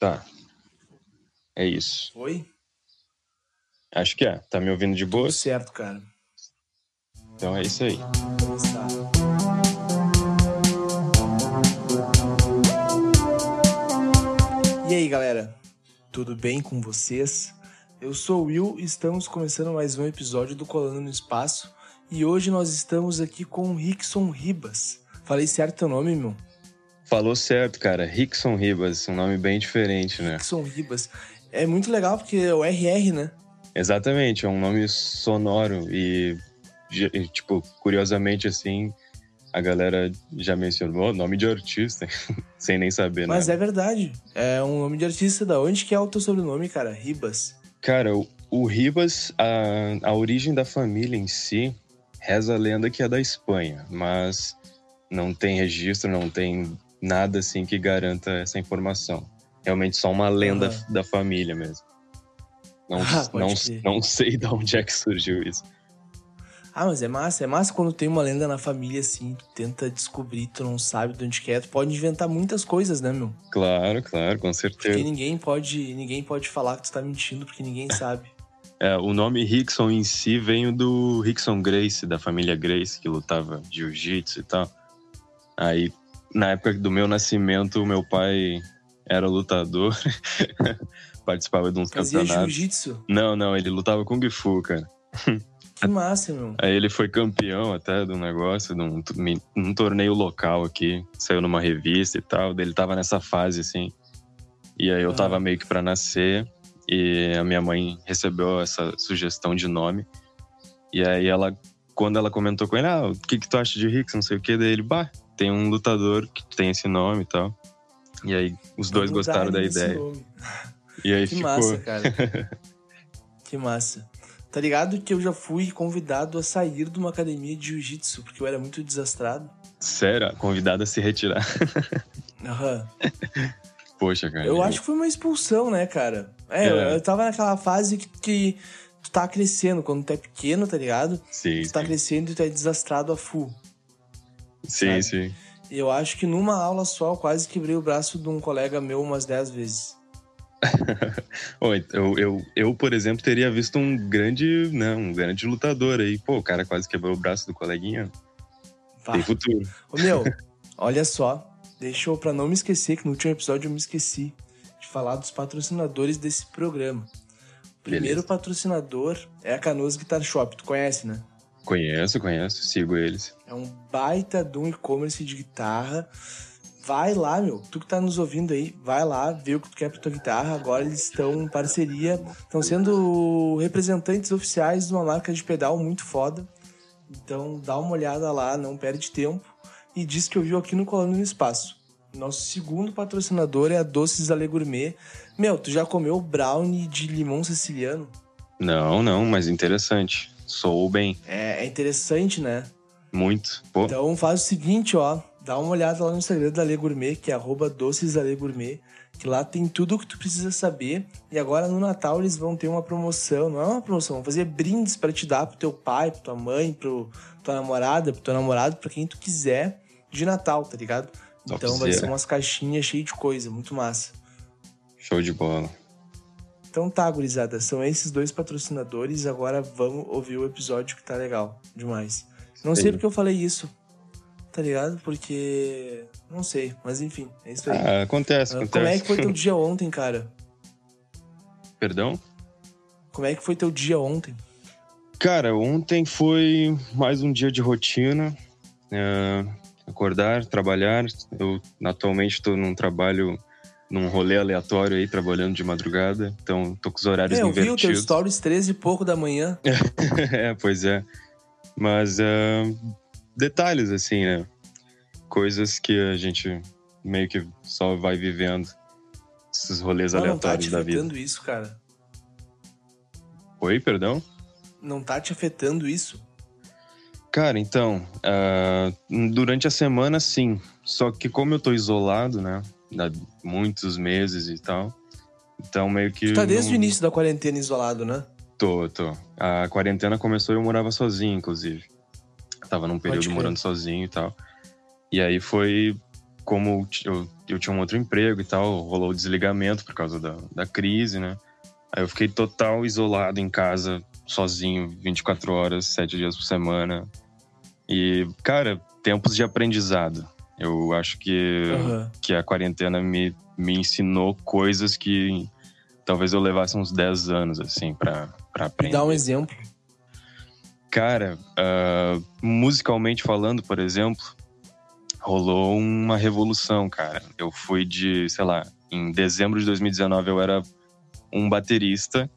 Tá, é isso. Oi? Acho que é. Tá me ouvindo de Tudo boas? certo, cara. Então é isso aí. Começar. E aí, galera? Tudo bem com vocês? Eu sou o Will e estamos começando mais um episódio do Colando no Espaço. E hoje nós estamos aqui com o Rickson Ribas. Falei certo teu nome, meu? Falou certo, cara. Rickson Ribas, um nome bem diferente, né? Rickson Ribas. É muito legal porque é o RR, né? Exatamente, é um nome sonoro e, tipo, curiosamente, assim, a galera já mencionou nome de artista, sem nem saber Mas nada. é verdade. É um nome de artista. Da onde que é o teu sobrenome, cara? Ribas. Cara, o Ribas, a origem da família em si, reza a lenda que é da Espanha, mas não tem registro, não tem nada assim que garanta essa informação. Realmente só uma lenda da família mesmo. Pode crer. Não sei de onde é que surgiu isso. Ah, mas é massa. É massa quando tem uma lenda na família, assim, tu tenta descobrir, tu não sabe de onde que é. Tu pode inventar muitas coisas, né, meu? Claro, com certeza. Porque ninguém pode falar que tu tá mentindo, porque ninguém sabe. O nome Rickson em si veio do Rickson Gracie, da família Gracie, que lutava jiu-jitsu e tal. Aí, na época do meu nascimento, o meu pai era lutador, participava de uns campeonatos. Fazia jiu-jitsu? Não, ele lutava Kung Fu, cara. Que massa, meu. Aí ele foi campeão até de um negócio, num torneio local aqui, saiu numa revista e tal, daí ele tava nessa fase, assim. E aí eu tava meio que pra nascer, e a minha mãe recebeu essa sugestão de nome. E aí quando ela comentou com ele, o que tu acha de Rickson, não sei o que, daí ele, tem um lutador que tem esse nome e tal. E aí os dois gostaram da ideia. Nome. E aí que ficou. Massa, cara. Que massa. Tá ligado que eu já fui convidado a sair de uma academia de jiu-jitsu, porque eu era muito desastrado. Sério? Convidado a se retirar. Aham. Poxa, cara. Eu acho que foi uma expulsão, né, cara? Eu tava naquela fase que tu tá crescendo. Quando tu é pequeno, tá ligado? Sim. Tu tá crescendo e tu é desastrado a full. Sim, sabe? sim. E eu acho que numa aula só eu quase quebrei o braço de um colega meu umas 10 vezes. eu, por exemplo, teria visto um grande lutador aí. Pô, o cara quase quebrou o braço do coleguinha. Tem futuro. Ô, meu, olha só. Deixa eu, pra não me esquecer, que no último episódio eu me esqueci de falar dos patrocinadores desse programa. O primeiro patrocinador é a Canoas Guitar Shop. Tu conhece, né? Conheço. Sigo eles. É um baita de um e-commerce de guitarra. Vai lá, meu. Tu que tá nos ouvindo aí, vai lá, vê o que tu quer pra tua guitarra. Agora eles estão em parceria. Estão sendo representantes oficiais de uma marca de pedal muito foda. Então dá uma olhada lá, não perde tempo. E diz que ouviu aqui no Colando no Espaço. Nosso segundo patrocinador é a Doces Ale Gourmet. Meu, tu já comeu brownie de limão siciliano? Não, mas interessante. Soou bem. É interessante, né? Muito. Pô. Então faz o seguinte, ó. Dá uma olhada lá no Instagram da Ale Gourmet, que é @docesalegourmet, que lá tem tudo o que tu precisa saber. E agora no Natal eles vão ter uma promoção. Não é uma promoção, vão fazer brindes pra te dar pro teu pai, pra tua mãe, pro tua namorada, pro teu namorado, pra quem tu quiser de Natal, tá ligado? Então vai ser umas caixinhas cheias de coisa, muito massa. Show de bola. Então tá, gurizada, são esses dois patrocinadores. Agora vamos ouvir o episódio que tá legal demais. Não sei porque eu falei isso, tá ligado? Porque... não sei, mas enfim, é isso aí. Acontece. Como é que foi teu dia ontem, cara? Perdão? Como é que foi teu dia ontem? Cara, ontem foi mais um dia de rotina. Acordar, trabalhar. Eu atualmente tô num rolê aleatório aí, trabalhando de madrugada. Então, tô com os horários invertidos. Eu vi o teu stories 13 e pouco da manhã. Pois é. Mas detalhes, assim, né? Coisas que a gente meio que só vai vivendo. Esses rolês aleatórios da vida. Não tá te afetando isso, cara? Oi, perdão? Não tá te afetando isso? Cara, então, durante a semana, sim. Só que como eu tô isolado, né? Há muitos meses e tal. Então, meio que... Tu tá desde o início da quarentena isolado, né? Tô. A quarentena começou e eu morava sozinho, inclusive. Eu tava num período morando sozinho e tal. E aí foi como eu tinha um outro emprego e tal, rolou o desligamento por causa da crise, né? Aí eu fiquei total isolado em casa, sozinho, 24 horas, 7 dias por semana. E, cara, tempos de aprendizado. Eu acho que a quarentena me ensinou coisas que talvez eu levasse uns 10 anos, assim, pra aprender. Me dá um exemplo. Cara, musicalmente falando, por exemplo, rolou uma revolução, cara. Eu fui sei lá, em dezembro de 2019 eu era um baterista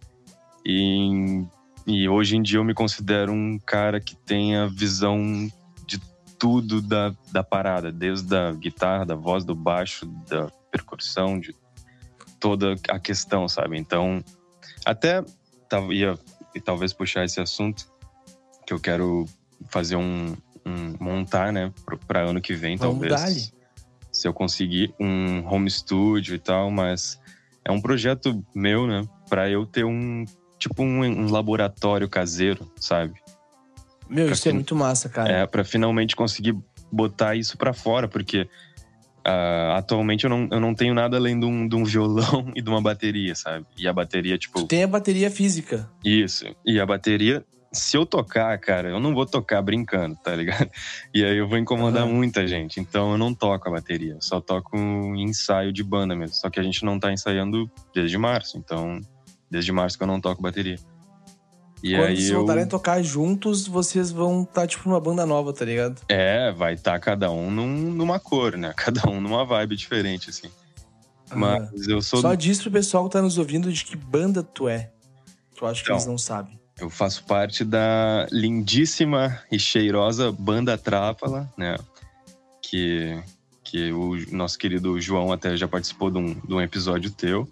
e hoje em dia eu me considero um cara que tem a visão de tudo da parada, desde a guitarra, da voz, do baixo, da percussão, de toda a questão, sabe? Então, até ia talvez puxar esse assunto que eu quero fazer montar, né, para ano que vem, Vamos talvez, dar-lhe. se eu conseguir um home studio e tal, mas é um projeto meu, né, para eu ter um laboratório caseiro, sabe? Meu, isso é muito massa, cara. Para finalmente conseguir botar isso para fora, porque atualmente eu não tenho nada além de um violão e de uma bateria, sabe? E a bateria, tipo... Tu tem a bateria física. Isso. E a bateria, se eu tocar, cara, eu não vou tocar brincando, tá ligado? E aí eu vou incomodar muita gente. Então eu não toco a bateria. Eu só toco em ensaio de banda mesmo. Só que a gente não tá ensaiando desde março. Então, desde março que eu não toco bateria. E quando aí vocês voltarem a tocar juntos, vocês vão estar, tipo, numa banda nova, tá ligado? vai estar cada um numa cor, né? Cada um numa vibe diferente, assim. Mas eu sou... Só diz pro pessoal que tá nos ouvindo de que banda tu é. Tu acha que eles não sabem. Eu faço parte da lindíssima e cheirosa Banda Trápala, né? Que o nosso querido João até já participou de um episódio teu.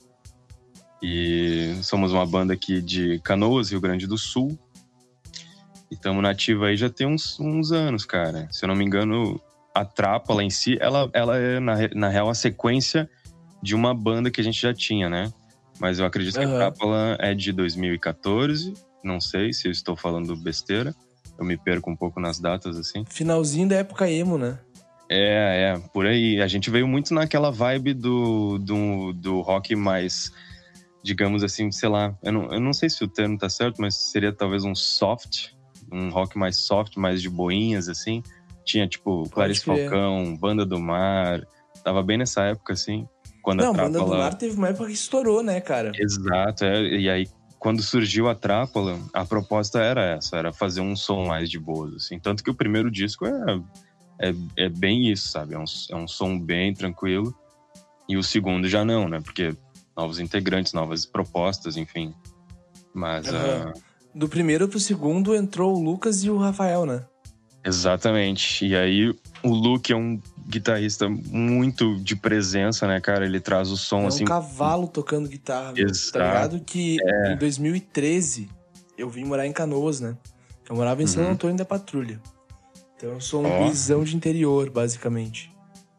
E somos uma banda aqui de Canoas, Rio Grande do Sul. E estamos nativa aí já tem uns anos, cara. Se eu não me engano, a Trápala em si, ela é, na real, a sequência de uma banda que a gente já tinha, né? Mas eu acredito que a Trápala é de 2014. Não sei se eu estou falando besteira. Eu me perco um pouco nas datas, assim. Finalzinho da época emo, né? Por aí. A gente veio muito naquela vibe do rock mais, digamos assim, sei lá, eu não sei se o termo tá certo, mas seria talvez um rock mais soft, mais de boinhas, assim. Tinha, tipo, Clarice Falcão, Banda do Mar. Tava bem nessa época, assim. Quando a Trápala... Banda do Mar teve uma época que estourou, né, cara? Exato, e aí, quando surgiu a Trápala, a proposta era essa, era fazer um som mais de boas, assim. Tanto que o primeiro disco é bem isso, sabe? É um som bem tranquilo. E o segundo já não, né? Porque novos integrantes, novas propostas, enfim. Mas... Do primeiro pro segundo entrou o Lucas e o Rafael, né? Exatamente. E aí, o Luke é um guitarrista muito de presença, né, cara? Ele traz o som, assim... É um cavalo tocando guitarra, meu. Tá ligado que em 2013 eu vim morar em Canoas, né? Eu morava em São Antônio da Patrulha. Então eu sou um guizão de interior, basicamente.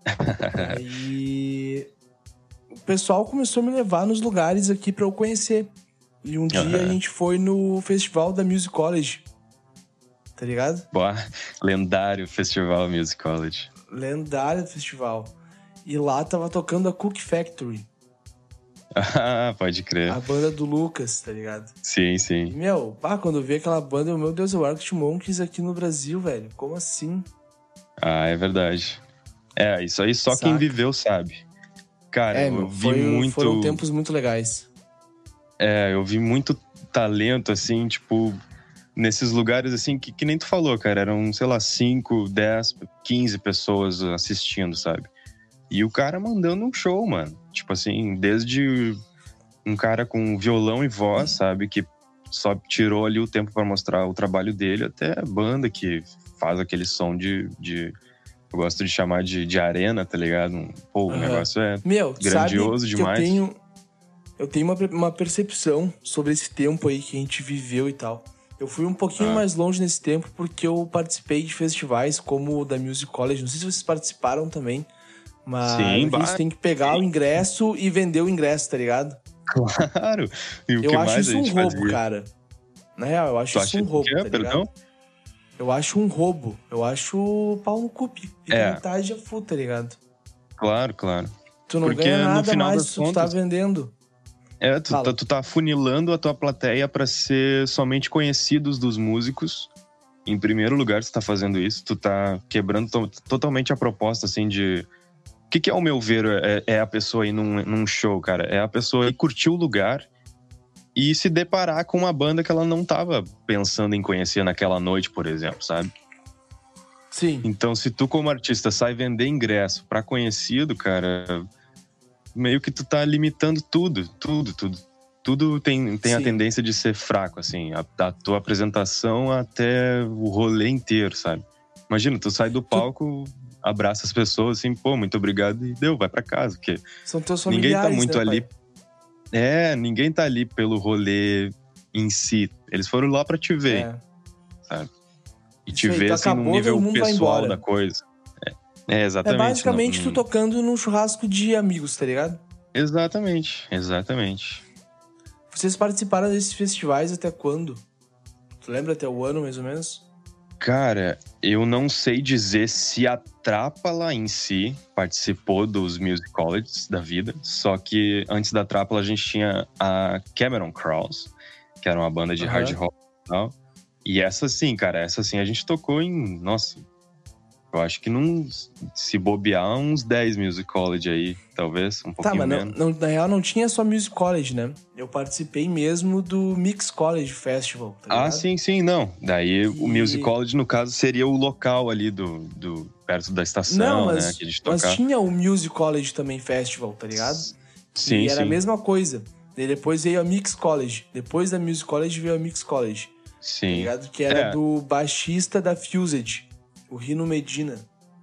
Aí o pessoal começou a me levar nos lugares aqui pra eu conhecer. E um dia a gente foi no festival da Music College. Tá ligado? Lendário Festival Music College. Lendário festival. E lá tava tocando a Cook Factory. Pode crer. A banda do Lucas, tá ligado? Sim, sim. E, quando eu vi aquela banda, meu Deus, o Arctic Monkeys aqui no Brasil, velho. Como assim? É verdade. Isso aí só quem viveu sabe. Cara, eu vi muito... Foram tempos muito legais. Eu vi muito talento, assim, tipo... Nesses lugares, assim, que nem tu falou, cara. Eram, sei lá, 5, 10, 15 pessoas assistindo, sabe? E o cara mandando um show, mano. Tipo assim, desde um cara com violão e voz, sabe? Que só tirou ali o tempo pra mostrar o trabalho dele. Até a banda que faz aquele som de eu gosto de chamar de arena, tá ligado? O negócio é grandioso demais. Eu tenho uma percepção sobre esse tempo aí que a gente viveu e tal. Eu fui um pouquinho mais longe nesse tempo porque eu participei de festivais como o da Music College. Não sei se vocês participaram também, mas você tem que pegar o ingresso e vender o ingresso, tá ligado? Claro! E o que eu acho mais isso um roubo, cara. Na real, eu acho isso um roubo, tá ligado? Perdão? Eu acho um roubo. Eu acho pau no cu. Picanitagem a full, tá ligado? Claro, claro. Tu não Porque ganha no nada final mais das se tu tá contas, vendendo. Fala. tu tá afunilando a tua plateia pra ser somente conhecidos dos músicos. Em primeiro lugar, tu tá fazendo isso. Tu tá quebrando totalmente a proposta, assim, de... O que ao meu ver, é a pessoa ir num show, cara? É a pessoa ir curtir o lugar e se deparar com uma banda que ela não tava pensando em conhecer naquela noite, por exemplo, sabe? Sim. Então, se tu, como artista, sai vender ingresso pra conhecido, cara, meio que tu tá limitando tudo. Tudo tem a Sim. tendência de ser fraco, assim. Da tua apresentação até o rolê inteiro, sabe? Imagina, tu sai do palco, abraça as pessoas, assim, pô, muito obrigado, e deu, vai pra casa. Porque São teus ninguém tá familiares, muito né, ali. pai? Ninguém tá ali pelo rolê em si. Eles foram lá pra te ver, sabe? E Isso te aí, ver, tu assim, num acabou, todo nível mundo vai pessoal embora. da coisa. É Exatamente. basicamente tu tocando num churrasco de amigos, tá ligado? Exatamente. Vocês participaram desses festivais até quando? Tu lembra até o ano, mais ou menos? Cara, eu não sei dizer se a Trápala em si participou dos Music Colleges da vida, só que antes da Trápala a gente tinha a Cameron Crows, que era uma banda de hard rock e tal. E essa sim, cara, a gente tocou em... Nossa, eu acho que se bobear uns 10 Music College aí, talvez, um pouquinho menos. Mas na real não tinha só Music College, né? Eu participei mesmo do Mix College Festival, tá ligado? Sim, não. Daí o Music College, no caso, seria o local ali do perto da estação, não, né, que a gente mas tocava. tinha o Music College também Festival, tá ligado? Sim, e era a mesma coisa. E depois veio a Mix College. Depois da Music College veio a Mix College. Sim. Tá ligado? Que era do baixista da Fused, o Rino Medina.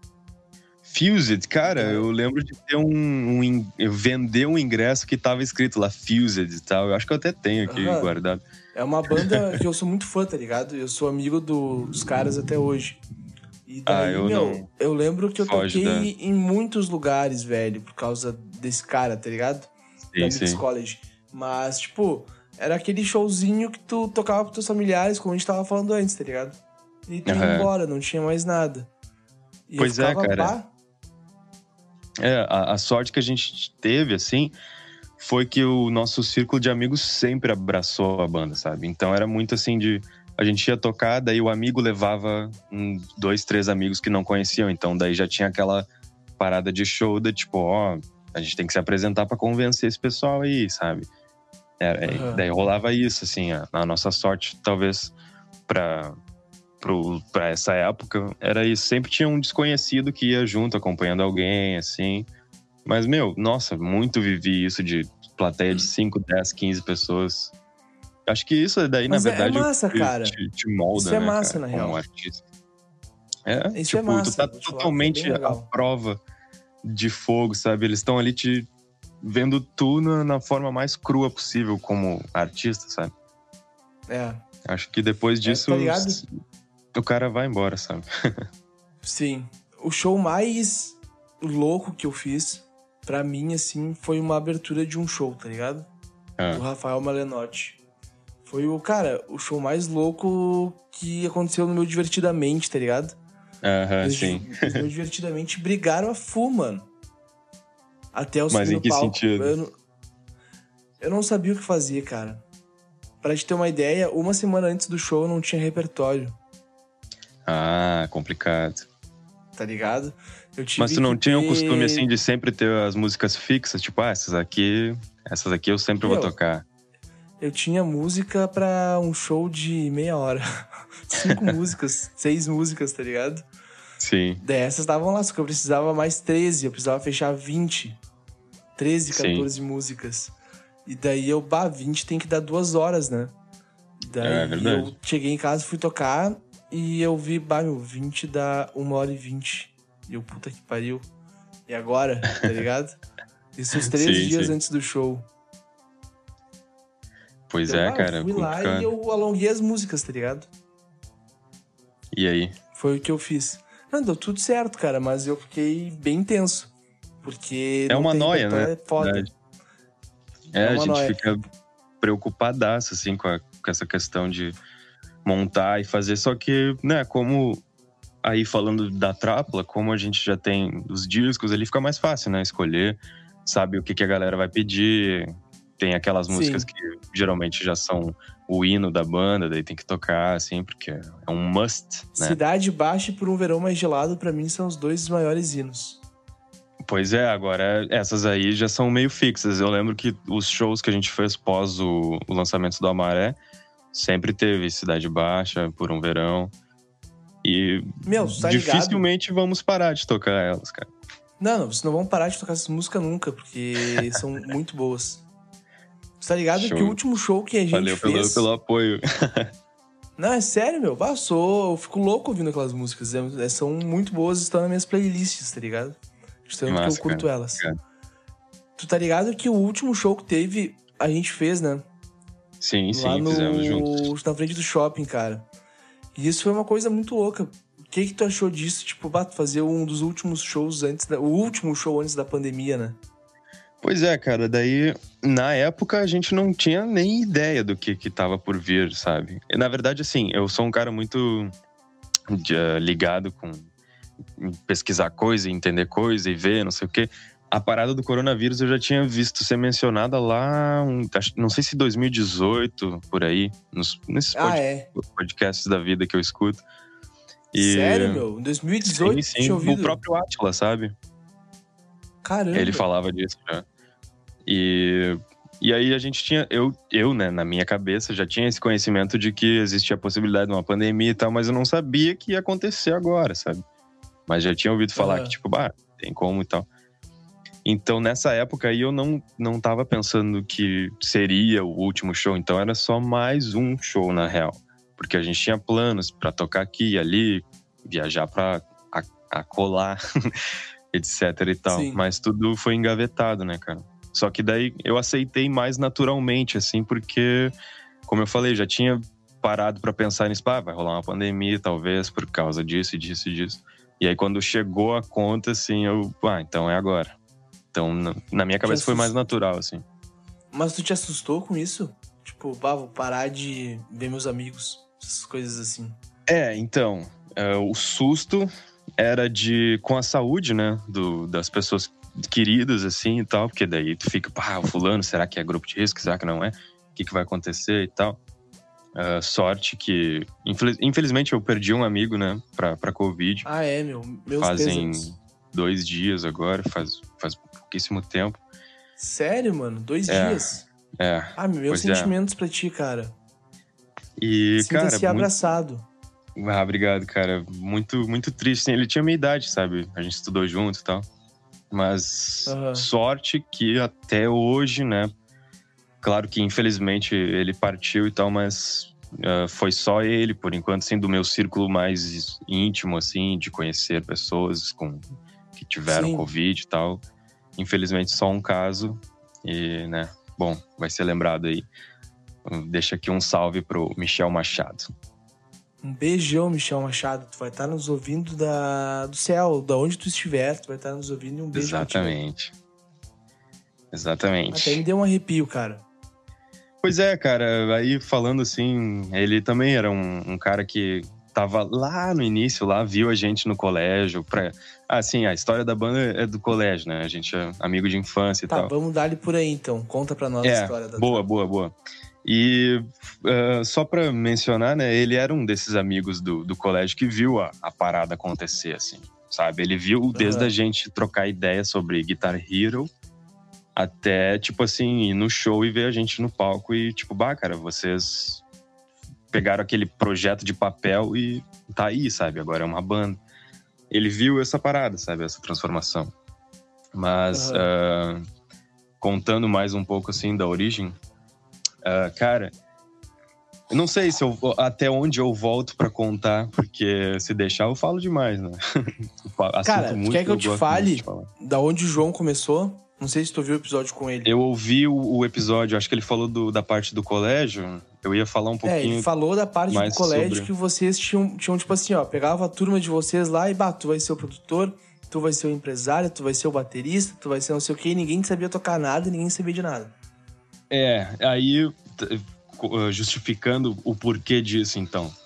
Fused, cara, eu lembro de ter eu vender um ingresso que tava escrito lá, Fused e tal. Eu acho que eu até tenho aqui guardado. É uma banda que eu sou muito fã, tá ligado? Eu sou amigo dos caras até hoje. E daí, eu lembro que eu toquei em muitos lugares, velho, por causa desse cara, tá ligado? Da Mix College. Mas, tipo, era aquele showzinho que tu tocava pros teus familiares, como a gente tava falando antes, tá ligado? E tu ia embora, não tinha mais nada. E pois eu ficava, cara. A sorte que a gente teve, assim, foi que o nosso círculo de amigos sempre abraçou a banda, sabe? Então era muito assim de... A gente ia tocar, daí o amigo levava 2, 3 amigos que não conheciam. Então daí já tinha aquela parada de show da tipo, a gente tem que se apresentar pra convencer esse pessoal aí, sabe? Daí rolava isso, assim, a nossa sorte, talvez, pra essa época, era isso. Sempre tinha um desconhecido que ia junto, acompanhando alguém, assim. Mas, nossa, muito vivi isso de plateia de 5, 10, 15 pessoas. Acho que isso daí, na verdade, é massa, cara. Te molda, isso é né, massa, cara, na como real. artista. Isso tipo, é massa, tu tá totalmente à prova de fogo, sabe? Eles estão ali te vendo tu na forma mais crua possível como artista, sabe? Acho que depois disso, tá ligado? o cara vai embora, sabe? Sim. O show mais louco que eu fiz, pra mim, assim, foi uma abertura de um show, tá ligado? Do Rafael Malenotti. Foi o show mais louco que aconteceu no meu Divertidamente, tá ligado? Sim. No Divertidamente brigaram a full, mano. Até eu subir no palco. Mas em que sentido? Eu não sabia o que fazer, cara. Pra te ter uma ideia, uma semana antes do show eu não tinha repertório. Complicado. Tá ligado? Mas tu não tinha o costume, assim, de sempre ter as músicas fixas? Tipo, essas aqui eu sempre vou tocar. Eu tinha música pra um show de meia hora. 5 músicas, 6 músicas, tá ligado? Sim. Dessas estavam lá, só que eu precisava mais 13. Eu precisava fechar 20. 13, 14 músicas. E daí 20 tem que dar 2 horas, né? Daí eu cheguei em casa, fui tocar e eu vi, 20 dá 1h20. E eu, puta que pariu. E agora, tá ligado? Isso uns 3 dias antes do show. Pois cara. Eu fui lá e eu alonguei as músicas, tá ligado? E aí? Foi o que eu fiz. Não, deu tudo certo, cara, mas eu fiquei bem tenso. Porque é uma noia, né? É foda. A gente fica preocupadaço, assim, com essa questão de montar e fazer. Só que, né, como aí falando da Trapla, como a gente já tem os discos, ali fica mais fácil, né? Escolher, sabe o que a galera vai pedir. Tem aquelas músicas Sim. que geralmente já são o hino da banda, daí tem que tocar, assim, porque é um must, né? Cidade Baixa e Por um Verão Mais Gelado, pra mim, são os dois maiores hinos. Pois é, agora essas aí já são meio fixas. Eu lembro que os shows que a gente fez pós o lançamento do Amaré, sempre teve Cidade Baixa, Por um Verão. E Meu, tá dificilmente vamos parar de tocar elas, cara. Não, vocês não vão parar de tocar essas músicas nunca, porque são muito boas. Você tá ligado Show. que o último show que a gente Valeu fez... pelo apoio. Não, é sério, meu. Eu fico louco ouvindo aquelas músicas. São muito boas, estão nas minhas playlists, tá ligado? De tanto que eu curto elas. Cara. Tu tá ligado que o último show que teve, a gente fez, né? Sim, fizemos juntos. Na frente do shopping, cara. E isso foi uma coisa muito louca. O que tu achou disso? Tipo, fazer um dos últimos shows o último show antes da pandemia, né? Pois é, cara. Daí, na época, a gente não tinha nem ideia do que tava por vir, sabe? E, na verdade, assim, eu sou um cara muito ligado com pesquisar coisa, entender coisa e ver, não sei o quê. A parada do coronavírus eu já tinha visto ser mencionada lá, não sei se 2018, por aí, nesses podcasts da vida que eu escuto. Sério, meu? Em 2018? Sim, tinha ouvido? o próprio Átila, sabe? Caramba! Ele falava disso já. E aí a gente tinha, eu, né, na minha cabeça, já tinha esse conhecimento de que existia a possibilidade de uma pandemia e tal, mas eu não sabia que ia acontecer agora, sabe? Mas já tinha ouvido falar que, tipo, tem como e tal. Então, nessa época aí, eu não tava pensando que seria o último show. Então, era só mais um show, na real. Porque a gente tinha planos pra tocar aqui e ali, viajar pra colar, etc e tal. Sim. Mas tudo foi engavetado, né, cara? Só que daí eu aceitei mais naturalmente, assim, porque, como eu falei, já tinha parado pra pensar nisso. Vai rolar uma pandemia, talvez, por causa disso e disso e disso. E aí, quando chegou a conta, assim, então é agora. Então, na minha cabeça foi mais natural, assim. Mas tu te assustou com isso? Tipo, vou parar de ver meus amigos, essas coisas assim. Então, o susto era com a saúde, né, das pessoas queridas, assim, e tal, porque daí tu fica, o fulano, será que é grupo de risco, será que não é? O que vai acontecer e tal. Sorte que, infelizmente, eu perdi um amigo, né, pra Covid. Meus Fazem pêsames. 2 dias agora, faz pouquíssimo tempo. Sério, mano? 2 dias? Meus sentimentos pra ti, cara. E, Sinta-se abraçado. Obrigado, cara. Muito, muito triste. Ele tinha minha idade, sabe? A gente estudou junto e tal. Mas sorte que até hoje, né? Claro que, infelizmente, ele partiu e tal, mas foi só ele, por enquanto, assim, do meu círculo mais íntimo, assim, de conhecer pessoas que tiveram Covid e tal. Infelizmente, só um caso. E, né? Bom, vai ser lembrado aí. Deixa aqui um salve pro Michel Machado. Um beijão, Michel Machado. Tu vai estar nos ouvindo do céu, da onde tu estiver. Tu vai estar nos ouvindo e um beijo. Exatamente. Até me deu um arrepio, cara. Pois é, cara. Aí, falando assim, ele também era um cara que tava lá no início, viu a gente no colégio. Assim, a história da banda é do colégio, né? A gente é amigo de infância e tal. Vamos dar ele por aí, então. Conta pra nós a história da boa. E só pra mencionar, né? Ele era um desses amigos do colégio que viu a parada acontecer, assim, sabe? Ele viu desde a gente trocar ideia sobre Guitar Hero até, tipo assim, ir no show e ver a gente no palco e, tipo, cara, vocês pegaram aquele projeto de papel e tá aí, sabe? Agora é uma banda. Ele viu essa parada, sabe? Essa transformação. Mas, contando mais um pouco, assim, da origem, cara, eu não sei até onde eu volto pra contar, porque se deixar eu falo demais, né? Cara, tu quer que eu te fale da onde o João começou? Não sei se tu ouviu o episódio com ele. Eu ouvi o episódio, acho que ele falou da parte do colégio. Eu ia falar um pouquinho. Ele falou da parte do colégio que vocês tinham, tipo assim, pegava a turma de vocês lá e, tu vai ser o produtor, tu vai ser o empresário, tu vai ser o baterista, tu vai ser não sei o quê, e ninguém sabia tocar nada, ninguém sabia de nada. Aí, justificando o porquê disso, então.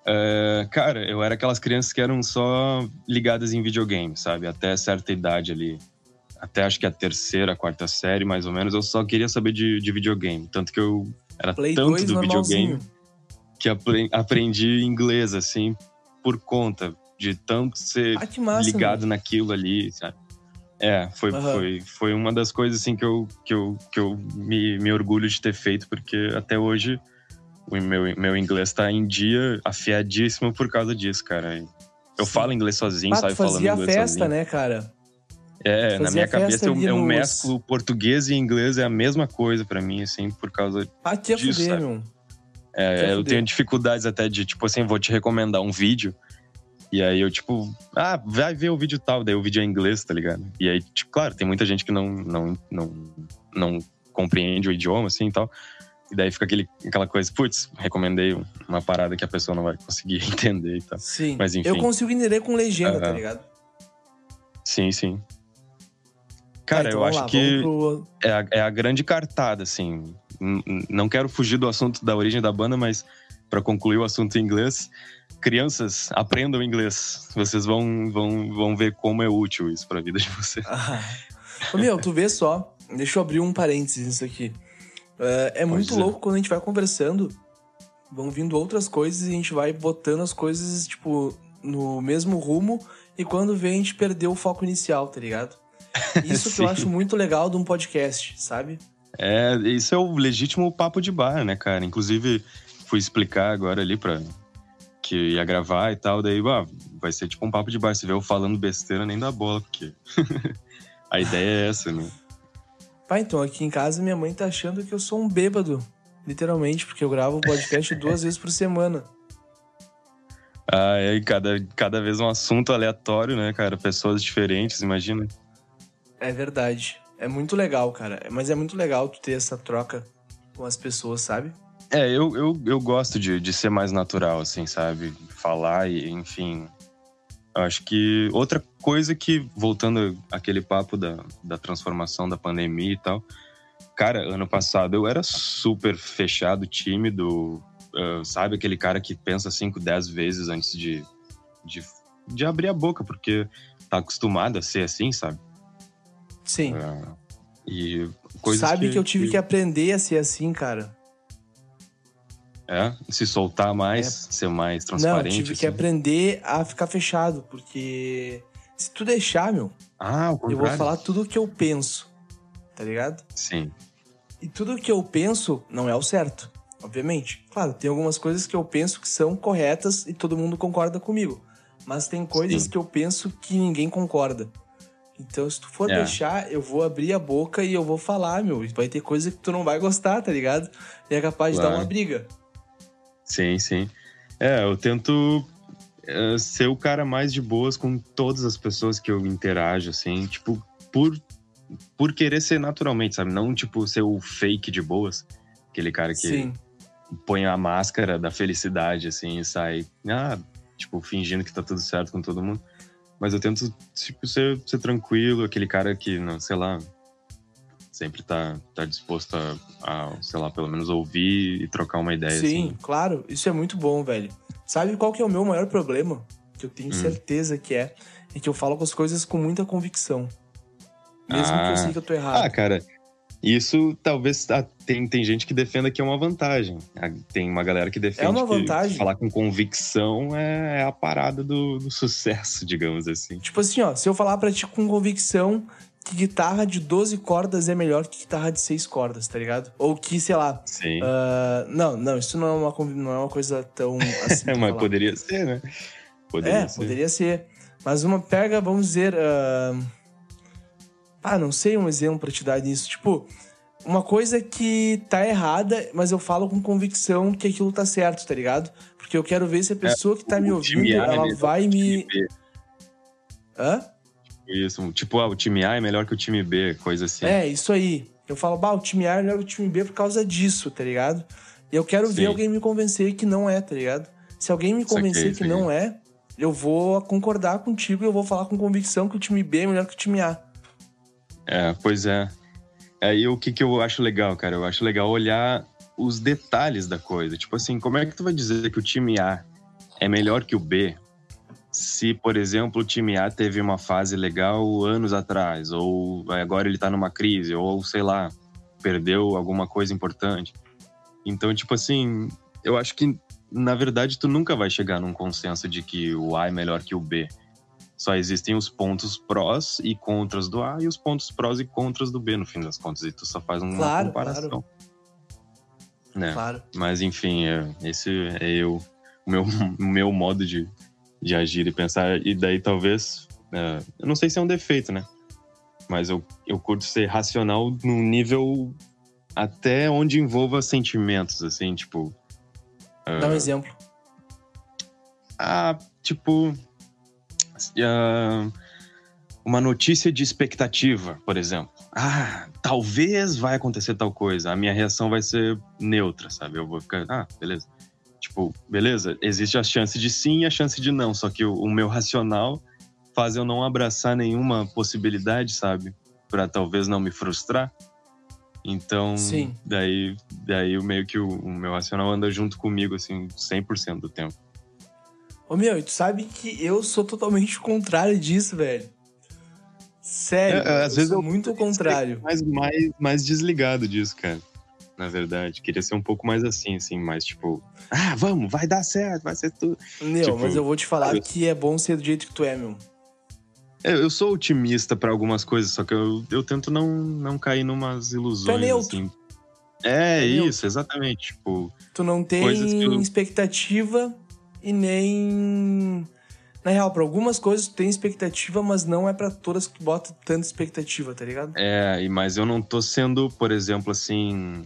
Cara, eu era aquelas crianças que eram só ligadas em videogame, sabe? Até certa idade ali. Até acho que a terceira, quarta série, mais ou menos, eu só queria saber de videogame. Tanto que eu era Play tanto 2 do videogame normalzinho. que aprendi inglês, assim, por conta de tanto ser Ah, que massa, meu. ligado naquilo ali, sabe? Aham. Foi uma das coisas, assim, que eu me orgulho de ter feito, porque até hoje o meu inglês tá em dia, afiadíssimo por causa disso, cara. Eu falo Sim. inglês sozinho, Pá, tu sabe? Falando fazia a inglês festa, sozinho. né, cara? Tu Na fazia minha a festa cabeça ali eu nos... mesclo português e inglês, é a mesma coisa pra mim, assim, por causa Ah, te ia disso, fuder, sabe? meu. Te ia Eu tenho fuder. dificuldades até de, tipo assim, vou te recomendar um vídeo, e aí eu, tipo, vai ver o vídeo tal, daí o vídeo é em inglês, tá ligado? E aí, tipo, claro, tem muita gente que não compreende o idioma, assim, e tal, e daí fica aquela coisa, putz, recomendei uma parada que a pessoa não vai conseguir entender e tal. Sim. Mas Eu enfim, consigo entender com legenda, tá aham, ligado? sim, sim. Tá, Cara, então eu vamos acho lá. Vamos que pro... é a grande cartada, assim. Não quero fugir do assunto da origem da banda, mas para concluir o assunto em inglês, crianças, aprendam inglês. Vocês vão ver como é útil isso para a vida de vocês. Ah. Ô, meu, tu vê só. Deixa eu abrir um parênteses nisso aqui. É Pode muito dizer. louco quando a gente vai conversando, vão vindo outras coisas e a gente vai botando as coisas, tipo, no mesmo rumo. E quando vê, a gente perdeu o foco inicial, tá ligado? Isso que eu acho Sim. muito legal de um podcast, sabe? Isso é o legítimo papo de bar, né, cara? Inclusive, fui explicar agora ali que ia gravar e tal, daí, vai ser tipo um papo de bar. Se vê eu falando besteira, nem dá bola, porque a ideia é essa, né? Pá, então aqui em casa minha mãe tá achando que eu sou um bêbado. Literalmente, porque eu gravo um podcast 2 vezes por semana. Cada vez um assunto aleatório, né, cara? Pessoas diferentes, imagina. É verdade. É muito legal, cara. Mas é muito legal tu ter essa troca com as pessoas, sabe? Eu gosto de ser mais natural, assim, sabe? Falar e, enfim. Acho que outra coisa que, voltando àquele papo da transformação da pandemia e tal, cara, ano passado eu era super fechado, tímido, sabe? Aquele cara que pensa 5, 10 vezes antes de abrir a boca, porque tá acostumado a ser assim, sabe? Sim. E Tu coisas sabe que eu tive que aprender a ser assim, cara. se soltar mais, É. ser mais Não, eu transparente, tive que assim. aprender a ficar fechado, porque se tu deixar, meu, Ao eu vou contrário. falar tudo o que eu penso, tá ligado? Sim. E tudo o que eu penso não é o certo, obviamente. Claro, tem algumas coisas que eu penso que são corretas e todo mundo concorda comigo. Mas tem coisas Sim. que eu penso que ninguém concorda. Então, se tu for deixar, eu vou abrir a boca e eu vou falar, meu. Vai ter coisa que tu não vai gostar, tá ligado? E é capaz de dar uma briga. Sim, sim. Eu tento ser o cara mais de boas com todas as pessoas que eu interajo, assim, tipo, por querer ser naturalmente, sabe? Não, tipo, ser o fake de boas. Aquele cara que Sim. põe a máscara da felicidade, assim, e sai, tipo, fingindo que tá tudo certo com todo mundo. Mas eu tento, tipo, ser tranquilo, aquele cara que, não, sei lá, sempre tá disposto a, sei lá, pelo menos ouvir e trocar uma ideia, Sim, assim. claro. Isso é muito bom, velho. Sabe qual que é o meu maior problema? Que eu tenho certeza que é que eu falo com as coisas com muita convicção. Mesmo que eu sei que eu tô errado. Cara, isso talvez tem gente que defenda que é uma vantagem. Tem uma galera que defende uma que vantagem. falar com convicção é a parada do sucesso, digamos assim. Tipo assim, ó, se eu falar pra ti com convicção que guitarra de 12 cordas é melhor que guitarra de 6 cordas, tá ligado? Ou que, sei lá... Sim. Não, isso não é uma coisa tão assim pra Mas falar. poderia ser, né? Poderia ser. Mas vamos dizer... não sei um exemplo pra te dar nisso. Tipo, uma coisa que tá errada, mas eu falo com convicção que aquilo tá certo, tá ligado? Porque eu quero ver se a pessoa que tá me ouvindo, ela vai me... Hã? Isso, tipo, o time A é melhor que o time B, coisa assim. Isso aí. Eu falo, o time A é melhor que o time B por causa disso, tá ligado? E eu quero ver alguém me convencer que não é, tá ligado? Se alguém me convencer que não é, eu vou concordar contigo e eu vou falar com convicção que o time B é melhor que o time A. Pois é. Aí o que eu acho legal, cara? Eu acho legal olhar os detalhes da coisa. Tipo assim, como é que tu vai dizer que o time A é melhor que o B se, por exemplo, o time A teve uma fase legal anos atrás, ou agora ele tá numa crise, ou sei lá, perdeu alguma coisa importante. Então, tipo assim, eu acho que, na verdade, tu nunca vai chegar num consenso de que o A é melhor que o B. Só existem os pontos prós e contras do A e os pontos prós e contras do B, no fim das contas. E tu só faz uma comparação. Né? Claro. Mas, enfim, esse é o meu modo de agir e pensar. E daí, talvez... eu não sei se é um defeito, né? Mas eu curto ser racional num nível até onde envolva sentimentos, assim, tipo... Dá um exemplo. Tipo... uma notícia de expectativa, por exemplo. Talvez vai acontecer tal coisa. A minha reação vai ser neutra, sabe? Eu vou ficar, beleza. Tipo, beleza, existe a chance de sim e a chance de não. Só que o meu racional faz eu não abraçar nenhuma possibilidade, sabe? Pra talvez não me frustrar. Então, Sim. daí meio que o meu racional anda junto comigo, assim, 100% do tempo. Ô, meu, e tu sabe que eu sou totalmente o contrário disso, velho. Sério, às vezes sou muito o contrário. Mais desligado disso, cara. Na verdade, queria ser um pouco mais assim, mais tipo... vamos, vai dar certo, vai ser tudo. Meu, tipo, mas eu vou te falar que é bom ser do jeito que tu é, meu. Eu sou otimista pra algumas coisas, só que eu tento não cair numas ilusões, tu é neutro. assim. Neutro. Isso, exatamente. Tipo, tu não tem expectativa e nem... Na real, pra algumas coisas tu tem expectativa, mas não é pra todas que botam tanta expectativa, tá ligado? Mas eu não tô sendo, por exemplo, assim...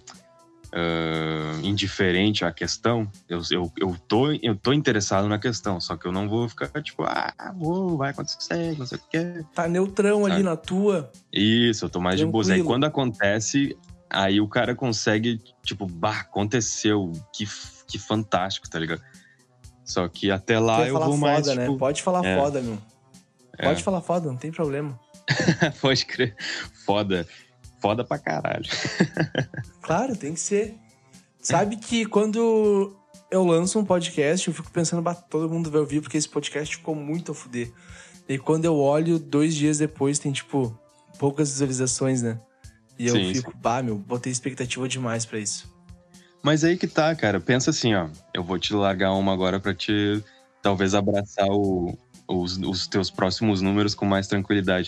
indiferente à questão. Eu tô interessado na questão, só que eu não vou ficar tipo, vai acontecer, não sei o que. Tá neutrão, sabe? Ali na tua. Isso, eu tô mais tranquilo. De boa. Aí quando acontece, aí o cara consegue, tipo, aconteceu, que fantástico, tá ligado? Só que até lá eu vou foda, mais, né? tipo... Pode falar foda, meu. Pode falar foda, não tem problema. Pode crer. Foda pra caralho. Claro, tem que ser. Sabe que quando eu lanço um podcast, eu fico pensando, todo mundo vai ouvir, porque esse podcast ficou muito a fuder. E quando eu olho, 2 dias depois, tem, tipo, poucas visualizações, né? E eu fico, botei expectativa demais pra isso. Mas aí que tá, cara. Pensa assim, ó. Eu vou te largar uma agora pra te, talvez, abraçar os teus próximos números com mais tranquilidade.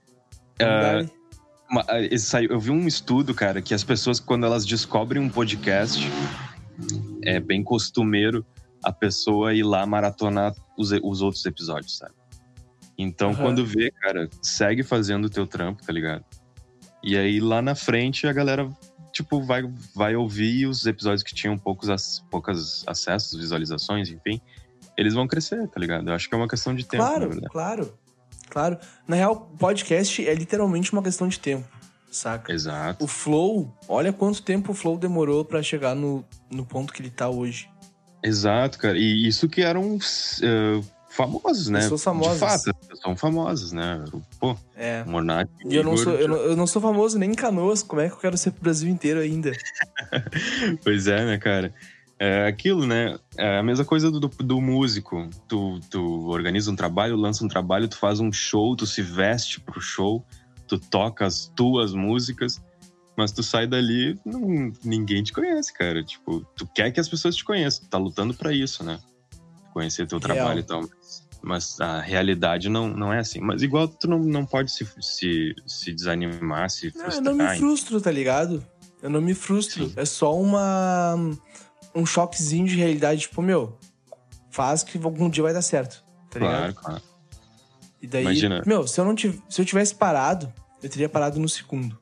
Eu vi um estudo, cara, que as pessoas, quando elas descobrem um podcast, é bem costumeiro a pessoa ir lá maratonar os outros episódios, sabe? Então, quando vê, cara, segue fazendo o teu trampo, tá ligado? E aí, lá na frente, a galera, tipo, vai ouvir os episódios que tinham poucos acessos, visualizações, enfim. Eles vão crescer, tá ligado? Eu acho que é uma questão de tempo, na verdade. Claro. Na real, podcast é literalmente uma questão de tempo, saca? Exato. O Flow, olha quanto tempo o Flow demorou pra chegar no ponto que ele tá hoje. Exato, cara. E isso que eram famosos, né? Pessoas famosas. De fato, são famosos, né? Pô, Monark e eu não sou famoso nem em Canoas. Como é que eu quero ser pro Brasil inteiro ainda? Pois é, né, cara? É aquilo, né? É a mesma coisa do músico. Tu organiza um trabalho, lança um trabalho, tu faz um show, tu se veste pro show, tu toca as tuas músicas, mas tu sai dali, ninguém te conhece, cara. Tipo, tu quer que as pessoas te conheçam, tu tá lutando pra isso, né? Conhecer teu trabalho e tal. Mas a realidade não é assim. Mas igual tu não pode se desanimar, se frustrar. Eu não me frustro, tá ligado? Eu não me frustro. Sim. É só um choquezinho de realidade, tipo, meu, faz que algum dia vai dar certo, tá ligado? Claro. E daí, imagina. Meu, se eu tivesse parado, eu teria parado no segundo.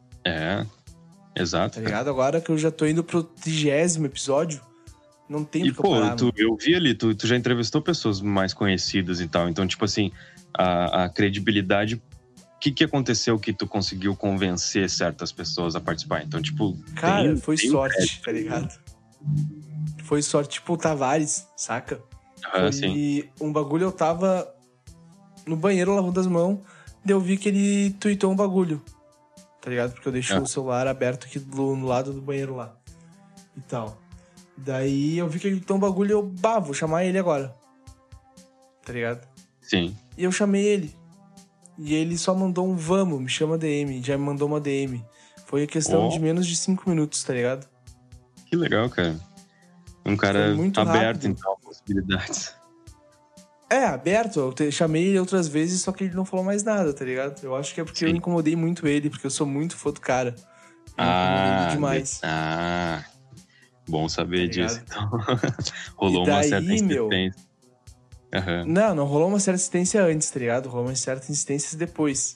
Exato. Tá ligado? Agora que eu já tô indo pro 30º episódio, não tem porque eu parar. Eu vi ali, tu já entrevistou pessoas mais conhecidas e tal, então, tipo assim, a credibilidade, o que aconteceu que tu conseguiu convencer certas pessoas a participar? Então, tipo... Cara, foi sorte, tá ligado? Foi sorte, tipo o Tavares, saca? Sim. Um bagulho, eu tava no banheiro lavando as mãos, daí eu vi que ele tweetou um bagulho, tá ligado? Porque eu deixo o celular aberto aqui no lado do banheiro lá e tal. Daí eu vi que ele tem um bagulho e eu, vou chamar ele agora. Tá ligado? Sim. E eu chamei ele. E ele só mandou um vamos, me chama DM. Já me mandou uma DM. Foi questão de menos de 5 minutos, tá ligado? Que legal, cara. Um cara muito aberto, rápido. então, a possibilidades. Aberto. Eu chamei ele outras vezes, só que ele não falou mais nada, tá ligado? Eu acho que é porque eu incomodei muito ele, porque eu sou muito fã do cara. Eu incomodei ele demais. Bom saber tá disso, então. Rolou uma certa insistência. Não rolou uma certa insistência antes, tá ligado? Rolou uma certa insistência depois.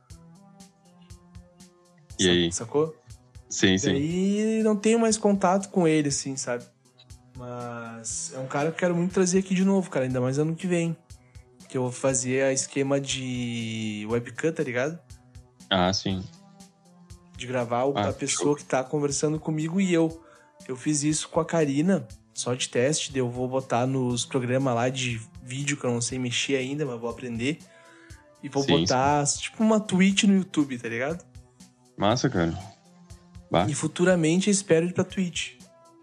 E aí? Sacou? Sim. Daí não tenho mais contato com ele, assim, sabe? Mas é um cara que eu quero muito trazer aqui de novo, cara. Ainda mais ano que vem. Que eu vou fazer a esquema de webcam, tá ligado? Sim. De gravar a pessoa que tá conversando comigo e eu. Eu fiz isso com a Karina, só de teste. Eu vou botar nos programas lá de vídeo que eu não sei mexer ainda, mas vou aprender. E vou botar tipo uma Twitch no YouTube, tá ligado? Massa, cara. E futuramente eu espero ir pra Twitch.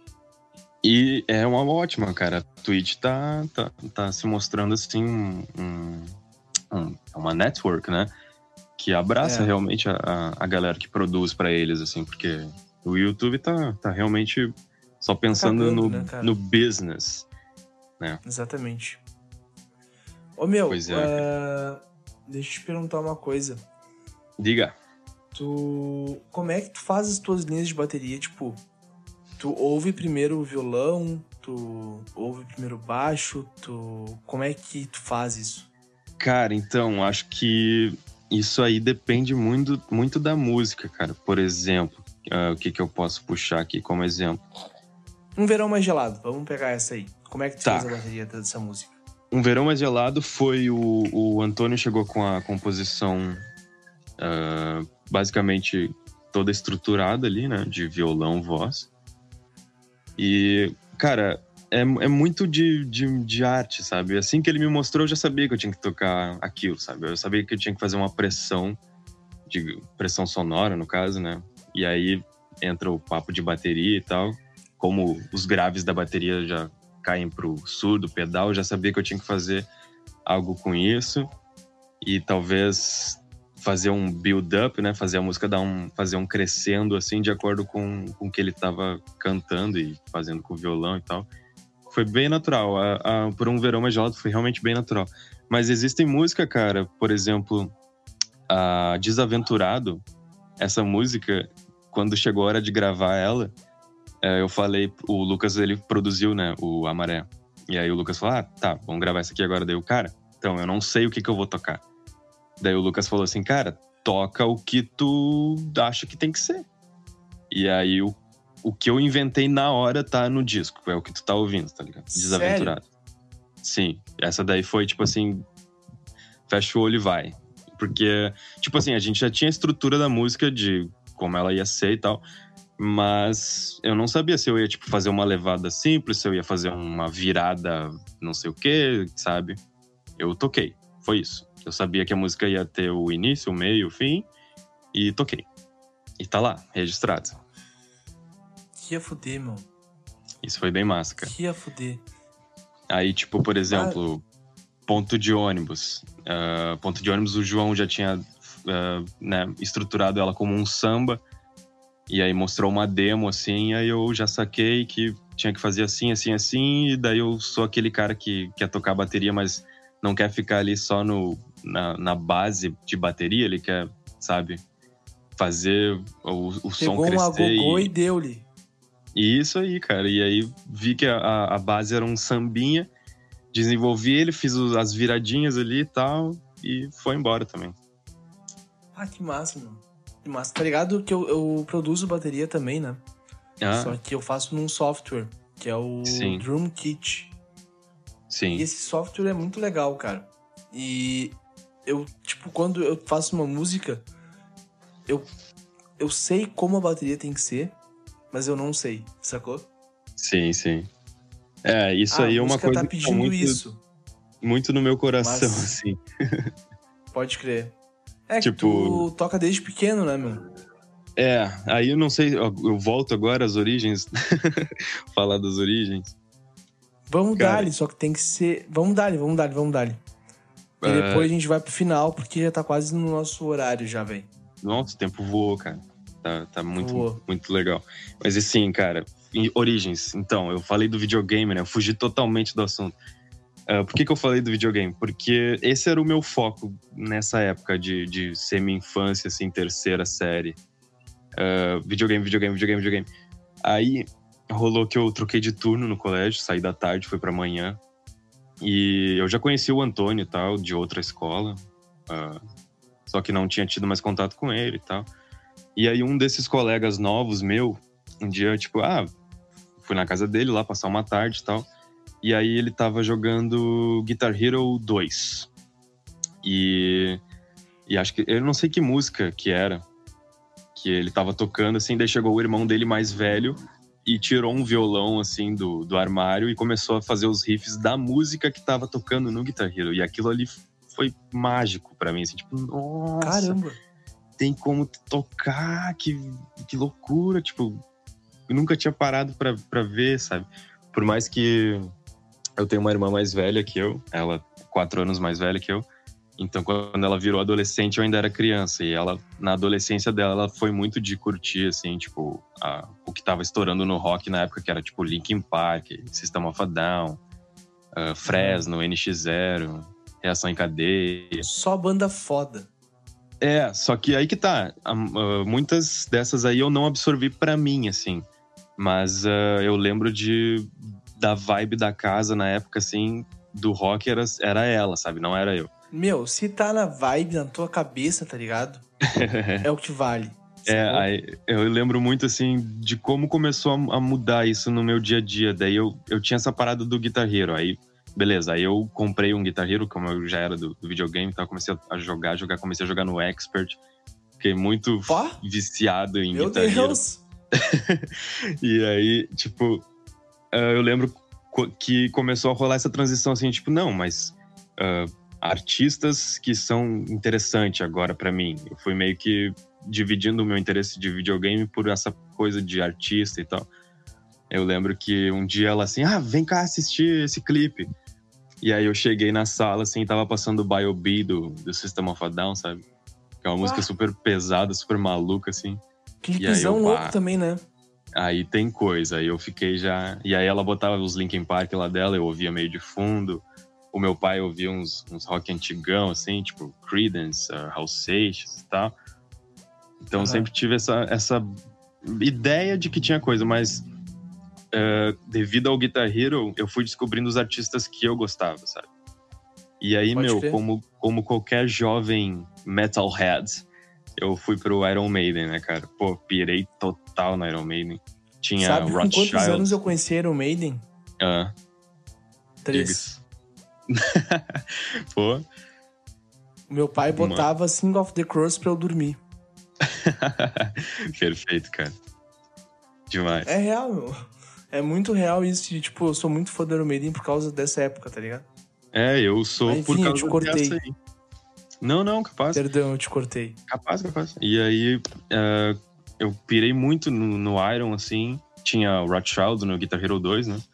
E é uma ótima, cara. A Twitch tá se mostrando assim uma network, né? Que abraça realmente a galera que produz pra eles, assim, porque o YouTube tá realmente só pensando cagando, né, no business, né? Exatamente. Ô, meu, pois deixa eu te perguntar uma coisa. Diga. Como é que tu faz as tuas linhas de bateria? Tipo, tu ouve primeiro o violão, tu ouve primeiro o baixo, como é que tu faz isso? Cara, então, acho que isso aí depende muito, muito da música, cara. Por exemplo, o que eu posso puxar aqui como exemplo? Um Verão Mais Gelado, vamos pegar essa aí. Como é que tu fez a bateria dessa música? Um Verão Mais Gelado foi o Antônio chegou com a composição basicamente toda estruturada ali, né? De violão, voz. E, cara, é muito de arte, sabe? Assim que ele me mostrou, eu já sabia que eu tinha que tocar aquilo, sabe? Eu sabia que eu tinha que fazer uma pressão sonora, no caso, né? E aí entra o papo de bateria e tal. Como os graves da bateria já caem pro surdo, pedal, eu já sabia que eu tinha que fazer algo com isso. E talvez fazer um build-up, né? Fazer a música fazer um crescendo, assim, de acordo com o que ele tava cantando e fazendo com o violão e tal. Foi bem natural. Por Um Verão Mais Gelado foi realmente bem natural. Mas existem música, cara, por exemplo, a Desaventurado, essa música, quando chegou a hora de gravar ela, eu falei, o Lucas, ele produziu, né, o Amaré. E aí o Lucas falou, tá, vamos gravar isso aqui agora. Daí eu, cara, então, eu não sei o que eu vou tocar. Daí o Lucas falou assim, cara, toca o que tu acha que tem que ser. E aí o que eu inventei na hora tá no disco, é o que tu tá ouvindo, tá ligado? Desaventurado. Sério? Sim, essa daí foi tipo assim, fecha o olho e vai. Porque, tipo assim, a gente já tinha a estrutura da música de como ela ia ser e tal, mas eu não sabia se eu ia, tipo, fazer uma levada simples, se eu ia fazer uma virada não sei o que, sabe? Eu toquei, foi isso. Eu sabia que a música ia ter o início, o meio, o fim, e toquei. E tá lá, registrado. Que ia fuder, meu. Isso foi bem massa, cara. Que ia fuder. Aí, tipo, por exemplo, ponto de ônibus. Ponto de ônibus, o João já tinha né, estruturado ela como um samba. E aí mostrou uma demo, assim, aí eu já saquei que tinha que fazer assim, assim, assim. E daí eu sou aquele cara que quer tocar bateria, mas não quer ficar ali só na base de bateria. Ele quer, sabe, fazer o som crescer. Pegou um agogô e deu-lhe. Isso aí, cara. E aí vi que a base era um sambinha. Desenvolvi ele, fiz as viradinhas ali e tal. E foi embora também. Que massa, mano. Que massa. Tá ligado que eu produzo bateria também, né? Só que eu faço num software, que é o Drum Kit. Sim. E esse software é muito legal, cara. E eu, tipo, quando eu faço uma música, eu sei como a bateria tem que ser, mas eu não sei, sacou? Sim. Isso aí é uma coisa tá pedindo que tá isso. Muito no meu coração, assim. Pode crer. Que tu toca desde pequeno, né, meu? Aí eu não sei, eu volto agora às origens, falar das origens. Vamos Cara, dar-lhe, só que tem que ser... Vamos dar-lhe. E depois a gente vai pro final, porque já tá quase no nosso horário já, velho. Nossa, o tempo voou, cara. Tá muito, Voou. muito legal. Mas assim, cara, origens. Então, eu falei do videogame, né? Eu fugi totalmente do assunto. Por que eu falei do videogame? Porque esse era o meu foco nessa época de semi-infância, assim, terceira série. Videogame. Aí rolou que eu troquei de turno no colégio, saí da tarde, fui pra manhã. E eu já conheci o Antônio e tal, de outra escola. Só que não tinha tido mais contato com ele e tal. E aí um desses colegas novos meu, um dia, tipo, fui na casa dele lá passar uma tarde e tal. E aí ele tava jogando Guitar Hero 2. E acho que... Eu não sei que música que era que ele tava tocando, assim. Daí chegou o irmão dele mais velho e tirou um violão, assim, do armário e começou a fazer os riffs da música que tava tocando no Guitar Hero. E aquilo ali foi mágico pra mim, assim. Tipo, nossa... Caramba! Tem como tocar, que loucura, tipo... Eu nunca tinha parado pra ver, sabe? Por mais que eu tenho uma irmã mais velha que eu, ela 4 anos mais velha que eu, então quando ela virou adolescente eu ainda era criança, e ela, na adolescência dela, ela foi muito de curtir, assim, tipo, o que tava estourando no rock na época, que era tipo Linkin Park, System of a Down, Fresno, NX Zero, Reação em Cadeia. Só banda foda. Só que aí que tá, muitas dessas aí eu não absorvi pra mim, assim, mas eu lembro da vibe da casa na época, assim, do rock era ela, sabe? Não era eu. Meu, se tá na vibe, na tua cabeça, tá ligado? É o que vale. Aí eu lembro muito, assim, de como começou a mudar isso no meu dia a dia. Daí eu tinha essa parada do Guitar Hero, aí beleza, aí eu comprei um Guitar Hero, como eu já era do videogame, então eu comecei a jogar, comecei a jogar no Expert. Fiquei muito viciado em Guitar Hero. Meu Deus! E aí, tipo, eu lembro que começou a rolar essa transição, assim, tipo, não, mas artistas que são interessantes agora pra mim. Eu fui meio que dividindo o meu interesse de videogame por essa coisa de artista e tal. Eu lembro que um dia ela assim, vem cá assistir esse clipe. E aí eu cheguei na sala, assim, tava passando o Bio-B do System of a Down, sabe? Que é uma música super pesada, super maluca, assim. Clipezão louco também, né? Aí tem coisa, aí eu fiquei já... E aí ela botava os Linkin Park lá dela, eu ouvia meio de fundo. O meu pai ouvia uns rock antigão, assim, tipo Creedence, Hal Seixas e tal. Então eu sempre tive essa ideia de que tinha coisa, mas devido ao Guitar Hero, eu fui descobrindo os artistas que eu gostava, sabe? E aí, como qualquer jovem metalhead, eu fui pro Iron Maiden, né, cara? Pô, pirei total no Iron Maiden. Tinha Sabe com Rothschild. quantos anos eu conheci Iron Maiden? 3. Pô. Meu pai botava Sing of the Cross pra eu dormir. Perfeito, cara. Demais. É real, meu. É muito real isso de, tipo, eu sou muito fã do Iron Maiden por causa dessa época, tá ligado? Eu sou. Mas, enfim, por causa eu te cortei. dessa aí. Não, capaz. Perdão, eu te cortei. Capaz. E aí, eu pirei muito no Iron, assim. Tinha o Rothschild no Guitar Hero 2, né?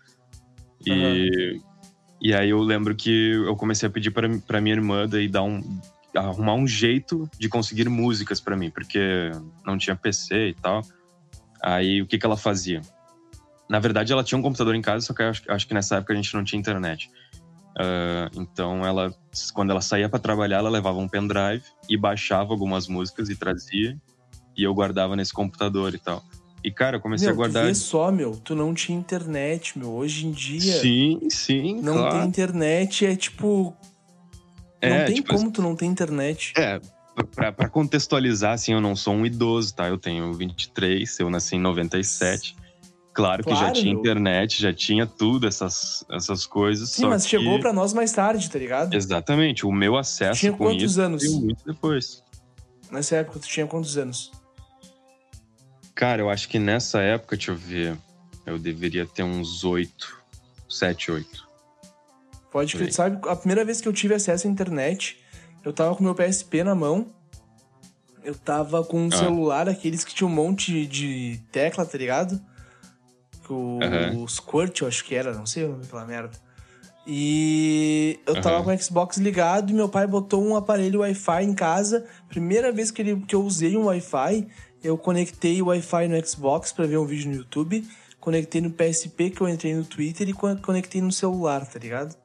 E aí eu lembro que eu comecei a pedir pra minha irmã daí arrumar um jeito de conseguir músicas pra mim, porque não tinha PC e tal. Aí o que ela fazia? Na verdade, ela tinha um computador em casa, só que eu acho que nessa época a gente não tinha internet. Então, quando ela saía pra trabalhar, ela levava um pendrive e baixava algumas músicas e trazia. E eu guardava nesse computador e tal. E, cara, eu comecei a guardar... Tu vê só, tu não tinha internet, Hoje em dia... Sim, não claro. tem internet, é tipo... Não tem como tu não ter internet. Pra contextualizar, assim, eu não sou um idoso, tá? Eu tenho 23, eu nasci em 97. Claro que já tinha internet, já tinha tudo, essas coisas. Sim, mas chegou pra nós mais tarde, tá ligado? Exatamente, o meu acesso tinha com quantos isso anos? veio muito depois. Nessa época, tu tinha quantos anos? Cara, eu acho que nessa época, deixa eu ver, eu deveria ter uns 7, 8. Pode que, sabe, a primeira vez que eu tive acesso à internet, eu tava com meu PSP na mão Eu tava com um celular, aqueles que tinha um monte de tecla, tá ligado? O Squirt, eu acho que era, não sei o nome daquela merda. E eu tava com o Xbox ligado e meu pai botou um aparelho Wi-Fi em casa. Primeira vez que eu usei um Wi-Fi, eu conectei o Wi-Fi no Xbox pra ver um vídeo no YouTube, conectei no PSP, que eu entrei no Twitter, e conectei no celular, tá ligado?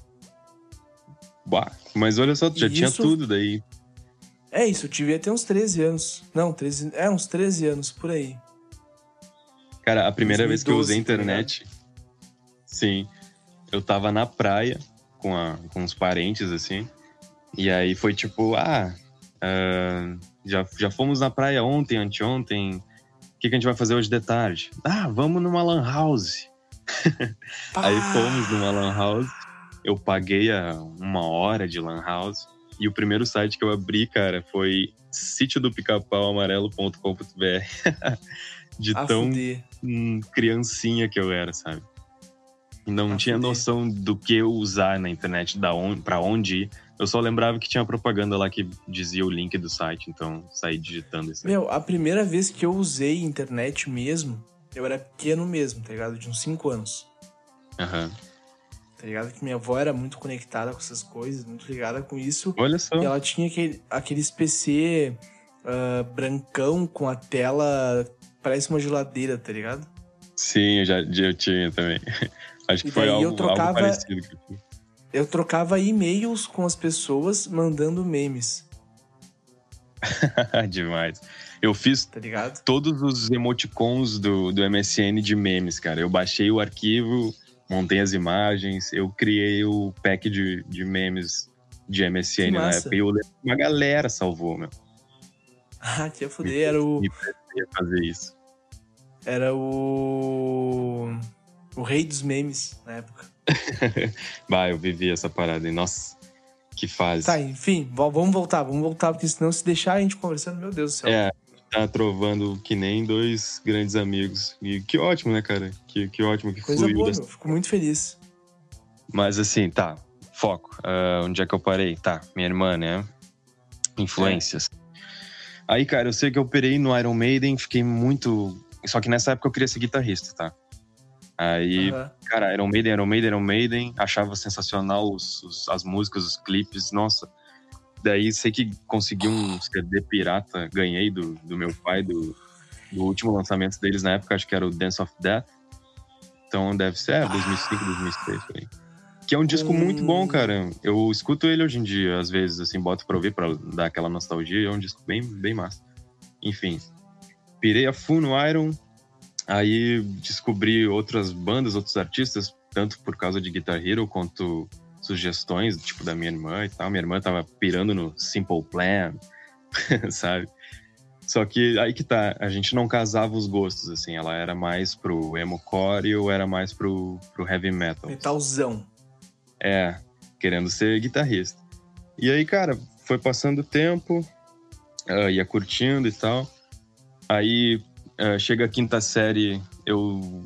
Bah, mas olha só, tu já tinha tudo daí. É isso, eu tive até uns 13 anos. Não, uns 13 anos, por aí. Cara, a primeira 2012, vez que eu usei a tá internet, sim, eu tava na praia com uns parentes, assim, e aí foi tipo, já fomos na praia ontem, anteontem, o que a gente vai fazer hoje de tarde? Vamos numa lan house. Aí fomos numa lan house, eu paguei 1 hora de lan house, e o primeiro site que eu abri, cara, foi sitiodopica-pauamarelo.com.br. De tão criancinha que eu era, sabe? Não tinha noção do que eu usar na internet, pra onde ir. Eu só lembrava que tinha propaganda lá que dizia o link do site, então saí digitando isso aí. Meu, a primeira vez que eu usei internet mesmo, eu era pequeno mesmo, tá ligado? De uns 5 anos. Tá ligado? Que minha avó era muito conectada com essas coisas, muito ligada com isso. Olha só. E ela tinha aqueles PC brancão com a tela, parece uma geladeira, tá ligado? Sim, eu tinha também. Acho que foi algo parecido que eu tinha. Eu trocava e-mails com as pessoas mandando memes. Demais. Eu fiz todos os emoticons do MSN de memes, cara. Eu baixei o arquivo, montei as imagens, eu criei o pack de memes de MSN na época. E eu lembro que uma galera salvou, meu. Que ia foder, era o... Me fazer isso. Era o rei dos memes na época. Eu vivi essa parada. E, nossa, que fase. Tá, enfim, vamos voltar, porque senão se deixar a gente conversando, meu Deus do céu. Tá trovando que nem dois grandes amigos. E que ótimo, né, cara? Que ótimo que coisa boa, meu. Fico muito feliz. Mas assim, tá, foco. Onde é que eu parei? Tá, minha irmã, né? Influências. Aí, cara, eu sei que eu operei no Iron Maiden, fiquei muito... Só que nessa época eu queria ser guitarrista, tá? Aí, cara, Iron Maiden, achava sensacional as músicas, os clipes, nossa. Daí sei que consegui um CD pirata, ganhei do meu pai, do último lançamento deles na época, acho que era o Dance of Death. Então deve ser 2005, 2006, por aí. Que é um disco muito bom, cara. Eu escuto ele hoje em dia, às vezes, assim, boto pra ouvir, pra dar aquela nostalgia. É um disco bem, bem massa. Enfim, pirei a full no Iron. Aí descobri outras bandas, outros artistas, tanto por causa de Guitar Hero, quanto sugestões, tipo, da minha irmã e tal. Minha irmã tava pirando no Simple Plan, sabe? Só que aí que tá, a gente não casava os gostos, assim. Ela era mais pro emo-core e eu era mais pro heavy metal. Metalzão. Querendo ser guitarrista. E aí, cara, foi passando o tempo, ia curtindo e tal. Aí, chega a quinta série, eu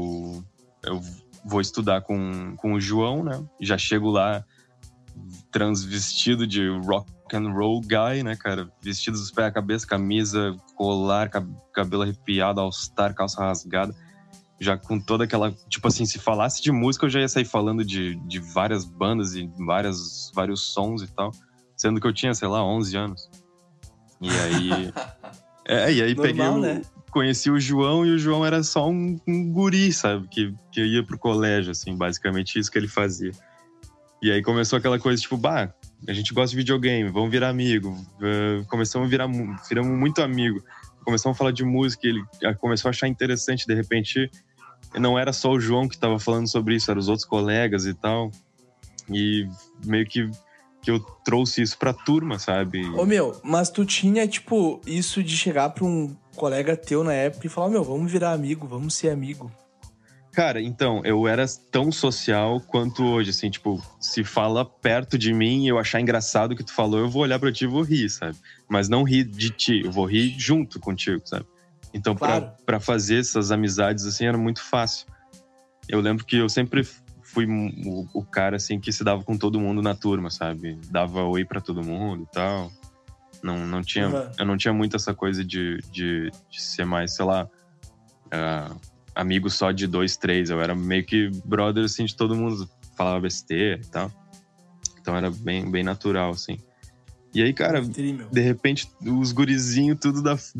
vou estudar com o João, né? Já chego lá transvestido de rock and roll guy, né, cara? Vestido dos pés à cabeça, camisa, colar, cabelo arrepiado, all-star, calça rasgada. Já com toda aquela... Tipo assim, se falasse de música, eu já ia sair falando de várias bandas e vários sons e tal. Sendo que eu tinha, sei lá, 11 anos. E aí... e aí normal, né? Conheci o João, e o João era só um guri, sabe? Que ia pro colégio, assim, basicamente isso que ele fazia. E aí começou aquela coisa, tipo, a gente gosta de videogame, vamos virar amigo. Começamos viramos muito amigo. Começamos a falar de música, ele começou a achar interessante, de repente, não era só o João que tava falando sobre isso, eram os outros colegas e tal. E meio que eu trouxe isso pra turma, sabe? Ô, meu, mas tu tinha, tipo, isso de chegar pra um colega teu na época e falar, vamos virar amigo, vamos ser amigo. Cara, então, eu era tão social quanto hoje, assim, tipo, se fala perto de mim e eu achar engraçado o que tu falou, eu vou olhar pra ti e vou rir, sabe? Mas não rir de ti, eu vou rir junto contigo, sabe? Então, claro, pra fazer essas amizades, assim, era muito fácil. Eu lembro que eu sempre fui o cara, assim, que se dava com todo mundo na turma, sabe? Dava oi pra todo mundo e tal. Não tinha, Uhum. Eu não tinha muito essa coisa de ser mais, sei lá, amigo só de 2, 3. Eu era meio que brother, assim, de todo mundo. Falava besteira e tal. Então era bem, bem natural, assim. E aí, cara, de repente, os gurizinhos tudo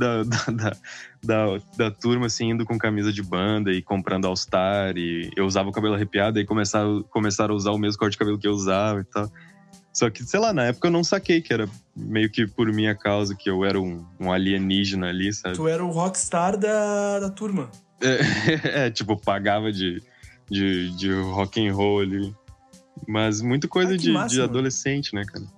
da turma, assim, indo com camisa de banda e comprando All-Star. E eu usava o cabelo arrepiado, aí começaram a usar o mesmo corte de cabelo que eu usava e tal. Só que, sei lá, na época eu não saquei que era meio que por minha causa, que eu era um alienígena ali, sabe? Tu era o rockstar da turma. Tipo, pagava de rock and roll ali. Mas muita coisa de adolescente, né, cara?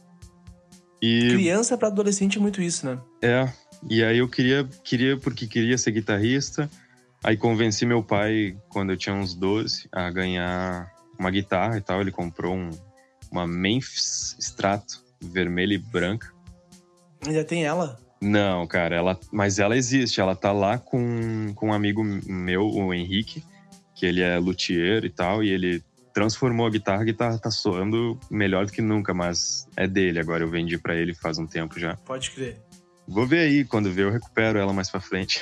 E criança pra adolescente é muito isso, né? E aí eu queria porque queria ser guitarrista. Aí convenci meu pai, quando eu tinha uns 12, a ganhar uma guitarra e tal. Ele comprou uma Memphis Strato, vermelha e branca. Ainda tem ela? Não, cara, mas ela existe. Ela tá lá com um amigo meu, o Henrique, que ele é luthier e tal, e ele transformou a guitarra tá soando melhor do que nunca, mas é dele. Agora eu vendi pra ele faz um tempo já. Pode crer. Vou ver aí, quando ver eu recupero ela mais pra frente.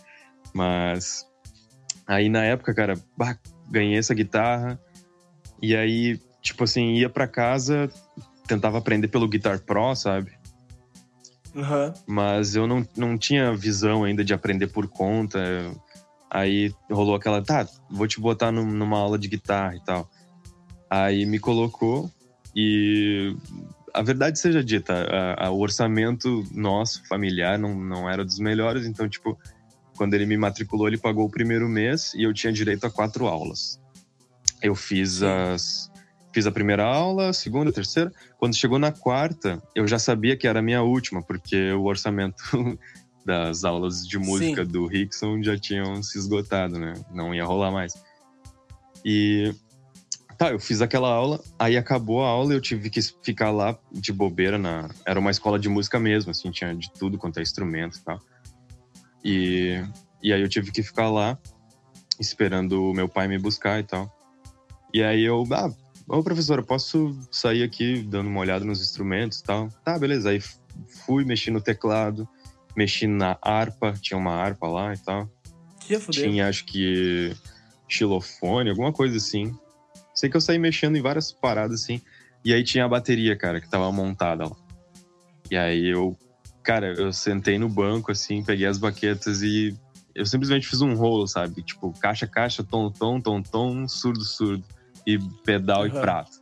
Mas aí na época, cara, ganhei essa guitarra e aí, tipo assim, ia pra casa, tentava aprender pelo Guitar Pro, sabe? Uhum. Mas eu não tinha visão ainda de aprender por conta. Aí rolou aquela, vou te botar numa aula de guitarra e tal. Aí me colocou e a verdade seja dita, o orçamento nosso, familiar, não era dos melhores. Então, tipo, quando ele me matriculou, ele pagou o primeiro mês e eu tinha direito a 4 aulas. Eu fiz a primeira aula, a segunda, a terceira. Quando chegou na quarta, eu já sabia que era a minha última, porque o orçamento das aulas de música do Rickson já tinham se esgotado, né? Não ia rolar mais. E eu fiz aquela aula, aí acabou a aula e eu tive que ficar lá de bobeira Era uma escola de música mesmo, assim, tinha de tudo quanto é instrumento e tal. E aí eu tive que ficar lá, esperando o meu pai me buscar e tal. E aí eu, ô professora, posso sair aqui dando uma olhada nos instrumentos e tal? Tá, beleza. Aí fui, mexi no teclado, mexi na harpa, tinha uma harpa lá e tal. Tinha, acho que, xilofone, alguma coisa assim. Sei que eu saí mexendo em várias paradas, assim. E aí tinha a bateria, cara, que tava montada lá. E aí eu sentei no banco, assim, peguei as baquetas e eu simplesmente fiz um rolo, sabe? Tipo, caixa, caixa, tom, tom, tom, tom, surdo, surdo. E pedal e prato.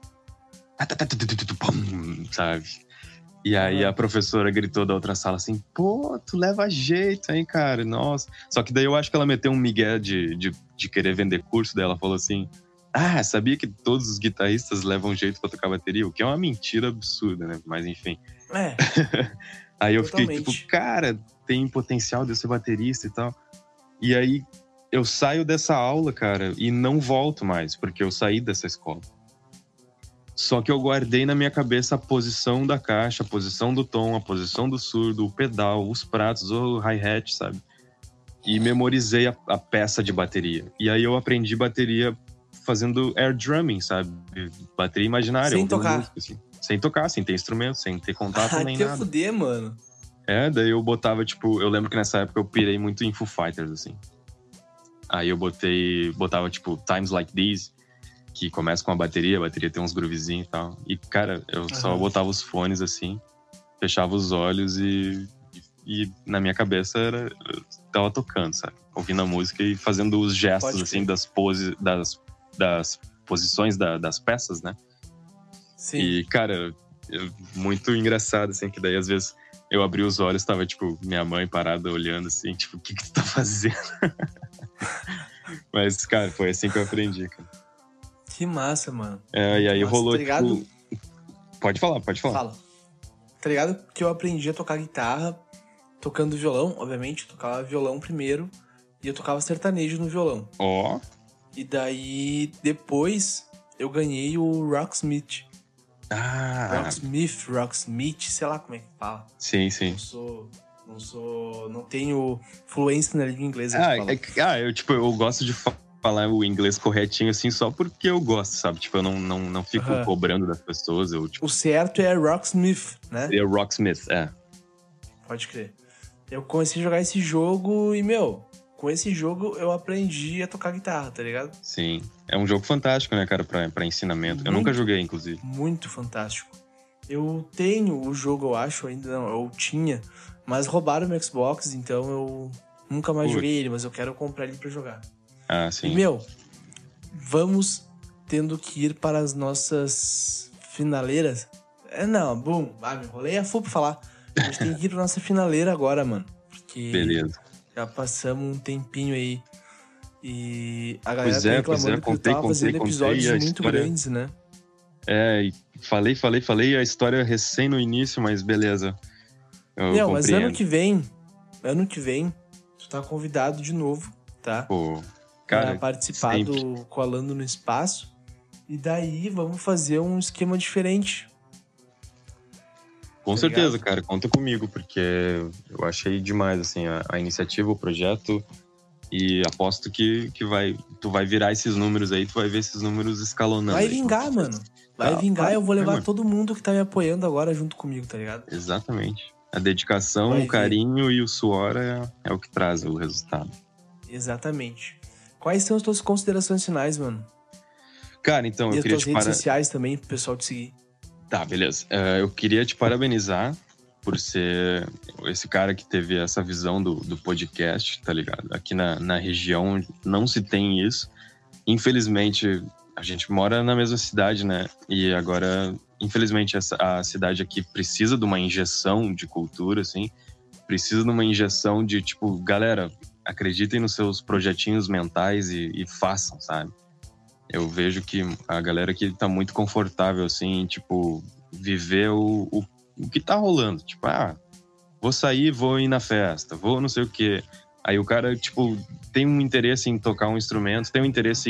Sabe? E aí a professora gritou da outra sala assim, pô, tu leva jeito, hein, cara? Nossa. Só que daí eu acho que ela meteu um migué de querer vender curso. Daí ela falou assim, sabia que todos os guitarristas levam jeito pra tocar bateria? O que é uma mentira absurda, né? Mas enfim. Aí eu fiquei tipo, cara, tem potencial de eu ser baterista e tal. E aí eu saio dessa aula, cara, e não volto mais, porque eu saí dessa escola. Só que eu guardei na minha cabeça a posição da caixa, a posição do tom, a posição do surdo, o pedal, os pratos, o hi-hat, sabe? E memorizei a peça de bateria. E aí eu aprendi bateria fazendo air drumming, sabe? Bateria imaginária. Sem tocar. Música, assim. Sem tocar, sem ter instrumento, sem ter contato nem nada. Fuder, mano. Daí eu botava, tipo... Eu lembro que nessa época eu pirei muito em Foo Fighters, assim. Aí eu botava, tipo, Times Like These, que começa com a bateria tem uns groovezinhos e tal. E, cara, eu só botava os fones, assim, fechava os olhos e na minha cabeça eu tava tocando, sabe? Ouvindo a música e fazendo os gestos, assim, das posições das peças, né? Sim. E, cara, muito engraçado, assim, que daí às vezes eu abri os olhos, tava, tipo, minha mãe parada olhando, assim, tipo, o que tu tá fazendo? Mas, cara, foi assim que eu aprendi, cara. Que massa, mano. E aí rolou, tá ligado? Tipo... Pode falar. Fala. Tá ligado que eu aprendi a tocar guitarra tocando violão, obviamente. Eu tocava violão primeiro e eu tocava sertanejo no violão. E daí, depois, eu ganhei o Rocksmith. Rocksmith, sei lá como é que fala. Sim. Não tenho fluência na língua inglesa. Eu gosto de falar o inglês corretinho, assim, só porque eu gosto, sabe? Tipo, eu não fico cobrando das pessoas. O certo é Rocksmith, né? É Rocksmith, Pode crer. Eu comecei a jogar esse jogo e, com esse jogo eu aprendi a tocar guitarra, tá ligado? Sim. É um jogo fantástico, né, cara, pra ensinamento. Eu nunca joguei, inclusive. Muito fantástico. Eu tenho o jogo, eu acho, ainda não, eu tinha, mas roubaram meu Xbox, então eu nunca mais joguei ele, mas eu quero comprar ele pra jogar. Ah, sim. E, vamos tendo que ir para as nossas finaleiras. Me enrolei a full pra falar. A gente tem que ir pra nossa finaleira agora, mano. Porque Beleza. já passamos um tempinho aí. E a galera Pois tá é, reclamando que eu tava fazendo episódios e a muito história- grandes, né? E falei, e a história recém no início, mas beleza. Eu Mas compreendo. ano que vem, tu tá convidado de novo, tá? Pô, Pra cara, participar sempre. do Colando no Espaço. E daí vamos fazer um esquema diferente. Com Tá certeza, ligado? cara, conta comigo, porque eu achei demais, assim, a iniciativa, o projeto, e aposto que tu vai virar esses números aí, tu vai ver esses números escalonando. Vai aí, vingar, com mano. certeza. Vai Tá, vingar, vai, eu vou levar mano. todo mundo que tá me apoiando agora junto comigo, tá ligado? Exatamente. A dedicação, Vai o ver. carinho e o suor é o que traz o resultado. Exatamente. Quais são as tuas considerações finais, mano? Cara, então, E eu as queria tuas redes sociais também, pro pessoal te seguir. Tá, beleza. Eu queria te parabenizar por ser esse cara que teve essa visão do podcast, tá ligado? Aqui na região não se tem isso. Infelizmente, a gente mora na mesma cidade, né? E agora, infelizmente, a cidade aqui precisa de uma injeção de cultura, assim. Precisa de uma injeção de, tipo, galera, acreditem nos seus projetinhos mentais e façam, sabe? Eu vejo que a galera aqui tá muito confortável, assim, tipo, viver o que tá rolando. Tipo, vou sair, vou ir na festa, vou não sei o quê. Aí o cara, tipo, tem um interesse em tocar um instrumento, tem um interesse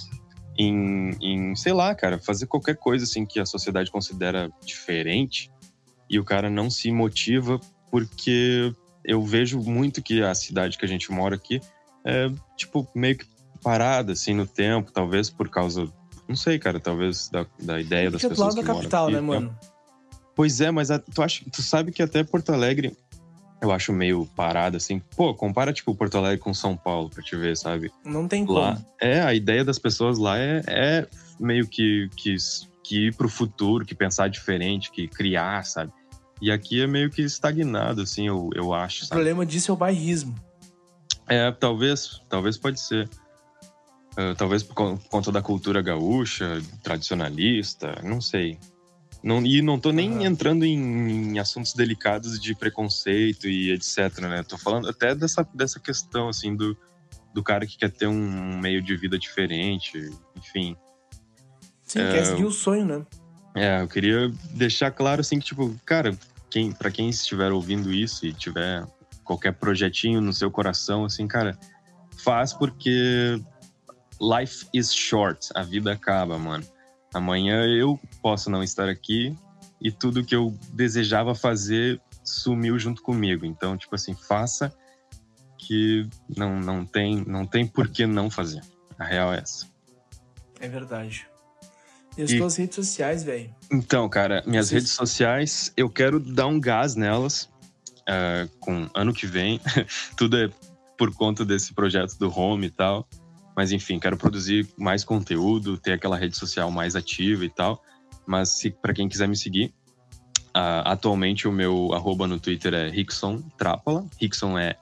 em sei lá, cara, fazer qualquer coisa, assim, que a sociedade considera diferente. E o cara não se motiva porque eu vejo muito que a cidade que a gente mora aqui é, tipo, meio que parada, assim, no tempo, talvez por causa, não sei, cara, talvez da ideia das Porque é do pessoas lado que da moram capital, aqui. né, mano? Pois é, mas tu sabe que até Porto Alegre eu acho meio parado, assim. Pô, compara, tipo, Porto Alegre com São Paulo, pra te ver, sabe? Não tem Lá, como. a ideia das pessoas lá é meio que ir pro futuro, que pensar diferente, que criar, sabe? E aqui é meio que estagnado, assim, eu acho, O sabe? problema disso é o bairrismo. Talvez pode ser. Talvez por conta da cultura gaúcha, tradicionalista, não sei. Não tô nem entrando em assuntos delicados de preconceito e etc, né? Tô falando até dessa questão, assim, do cara que quer ter um meio de vida diferente, enfim. Sim, quer seguir o sonho, né? Eu queria deixar claro, assim, que, tipo, cara, pra quem estiver ouvindo isso e tiver qualquer projetinho no seu coração, assim, cara, faz porque life is short, a vida acaba, mano. Amanhã eu posso não estar aqui e tudo que eu desejava fazer sumiu junto comigo. Então, tipo assim, faça que não tem por que não fazer. A real é essa. É verdade. E as tuas redes sociais, velho? Então, cara, minhas redes sociais, eu quero dar um gás nelas com ano que vem. Tudo é por conta desse projeto do Home e tal. Mas enfim, quero produzir mais conteúdo, ter aquela rede social mais ativa e tal. Mas para quem quiser me seguir, atualmente o meu @ no Twitter é Rickson Trápala. Rickson é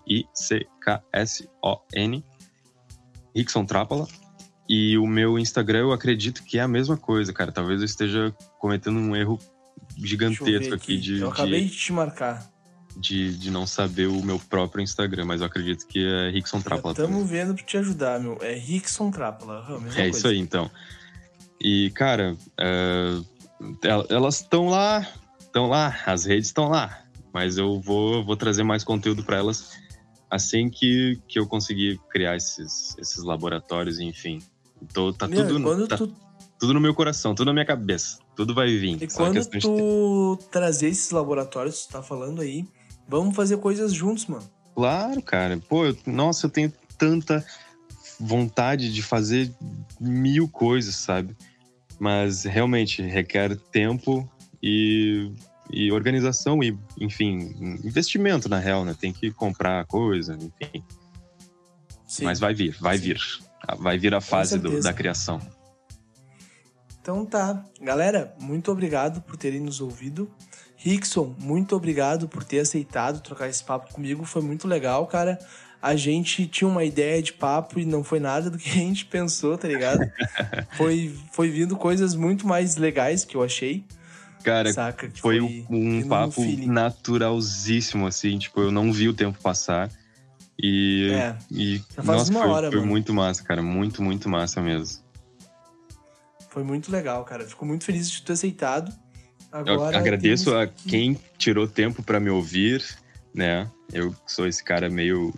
RICKSON. Rickson Trápala. E o meu Instagram eu acredito que é a mesma coisa, cara. Talvez eu esteja cometendo um erro gigantesco aqui Eu acabei de te marcar. De não saber o meu próprio Instagram, mas eu acredito que é Rickson Trápala. Estamos vendo pra te ajudar, meu. É Rickson Trápala. Mesma coisa. Isso aí, então. E, cara, elas estão lá, as redes estão lá, mas eu vou trazer mais conteúdo para elas assim que eu conseguir criar esses laboratórios, enfim. Tá tudo no meu coração, tudo na minha cabeça, tudo vai vir. E quando tu trazer esses laboratórios que tu tá falando aí, vamos fazer coisas juntos, mano. Claro, cara. Pô, eu tenho tanta vontade de fazer 1000 coisas, sabe? Mas realmente requer tempo e e organização e, enfim, investimento na real, né? Tem que comprar coisa, enfim. Sim. Mas vai vir. Vai vir a fase da criação. Então tá. Galera, muito obrigado por terem nos ouvido. Rickson, muito obrigado por ter aceitado trocar esse papo comigo. Foi muito legal, cara. A gente tinha uma ideia de papo e não foi nada do que a gente pensou, tá ligado? Foi vindo coisas muito mais legais que eu achei. Cara, saca? Foi um papo naturalzíssimo, assim. Tipo, eu não vi o tempo passar. Já faz nossa, uma hora, foi mano. muito massa, cara. Muito, muito massa mesmo. Foi muito legal, cara. Fico muito feliz de ter aceitado. Agora, eu agradeço a quem tirou tempo pra me ouvir, né? Eu sou esse cara meio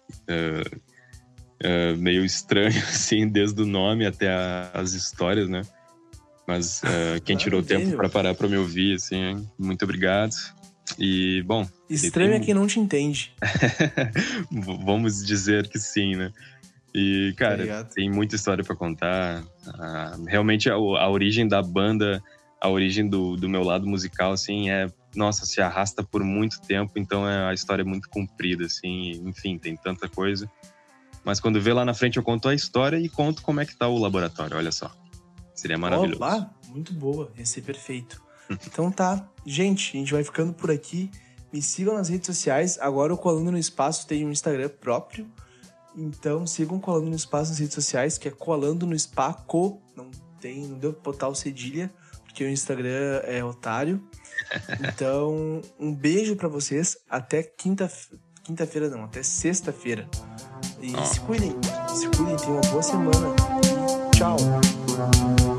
estranho, assim, desde o nome até as histórias, né? Mas quem tirou tempo pra parar pra me ouvir, assim, muito obrigado. E, bom... Estranho é quem não te entende. Vamos dizer que sim, né? E, cara, tem muita história pra contar. Realmente, a origem da banda, a origem do meu lado musical, assim, se arrasta por muito tempo. Então, a história é muito comprida, assim. Enfim, tem tanta coisa. Mas quando vê lá na frente, eu conto a história e conto como é que tá o laboratório. Olha só. Seria maravilhoso. Muito boa. Ia ser perfeito. Então tá. Gente, a gente vai ficando por aqui. Me sigam nas redes sociais. Agora o Colando no Espaço tem um Instagram próprio. Então sigam Colando no Espaço nas redes sociais, que é Colando no Spaco. Não deu pra botar o cedilha, porque o Instagram é otário. Então, um beijo pra vocês. Até quinta-feira não, até sexta-feira. E se cuidem, tenham uma boa semana. Tchau.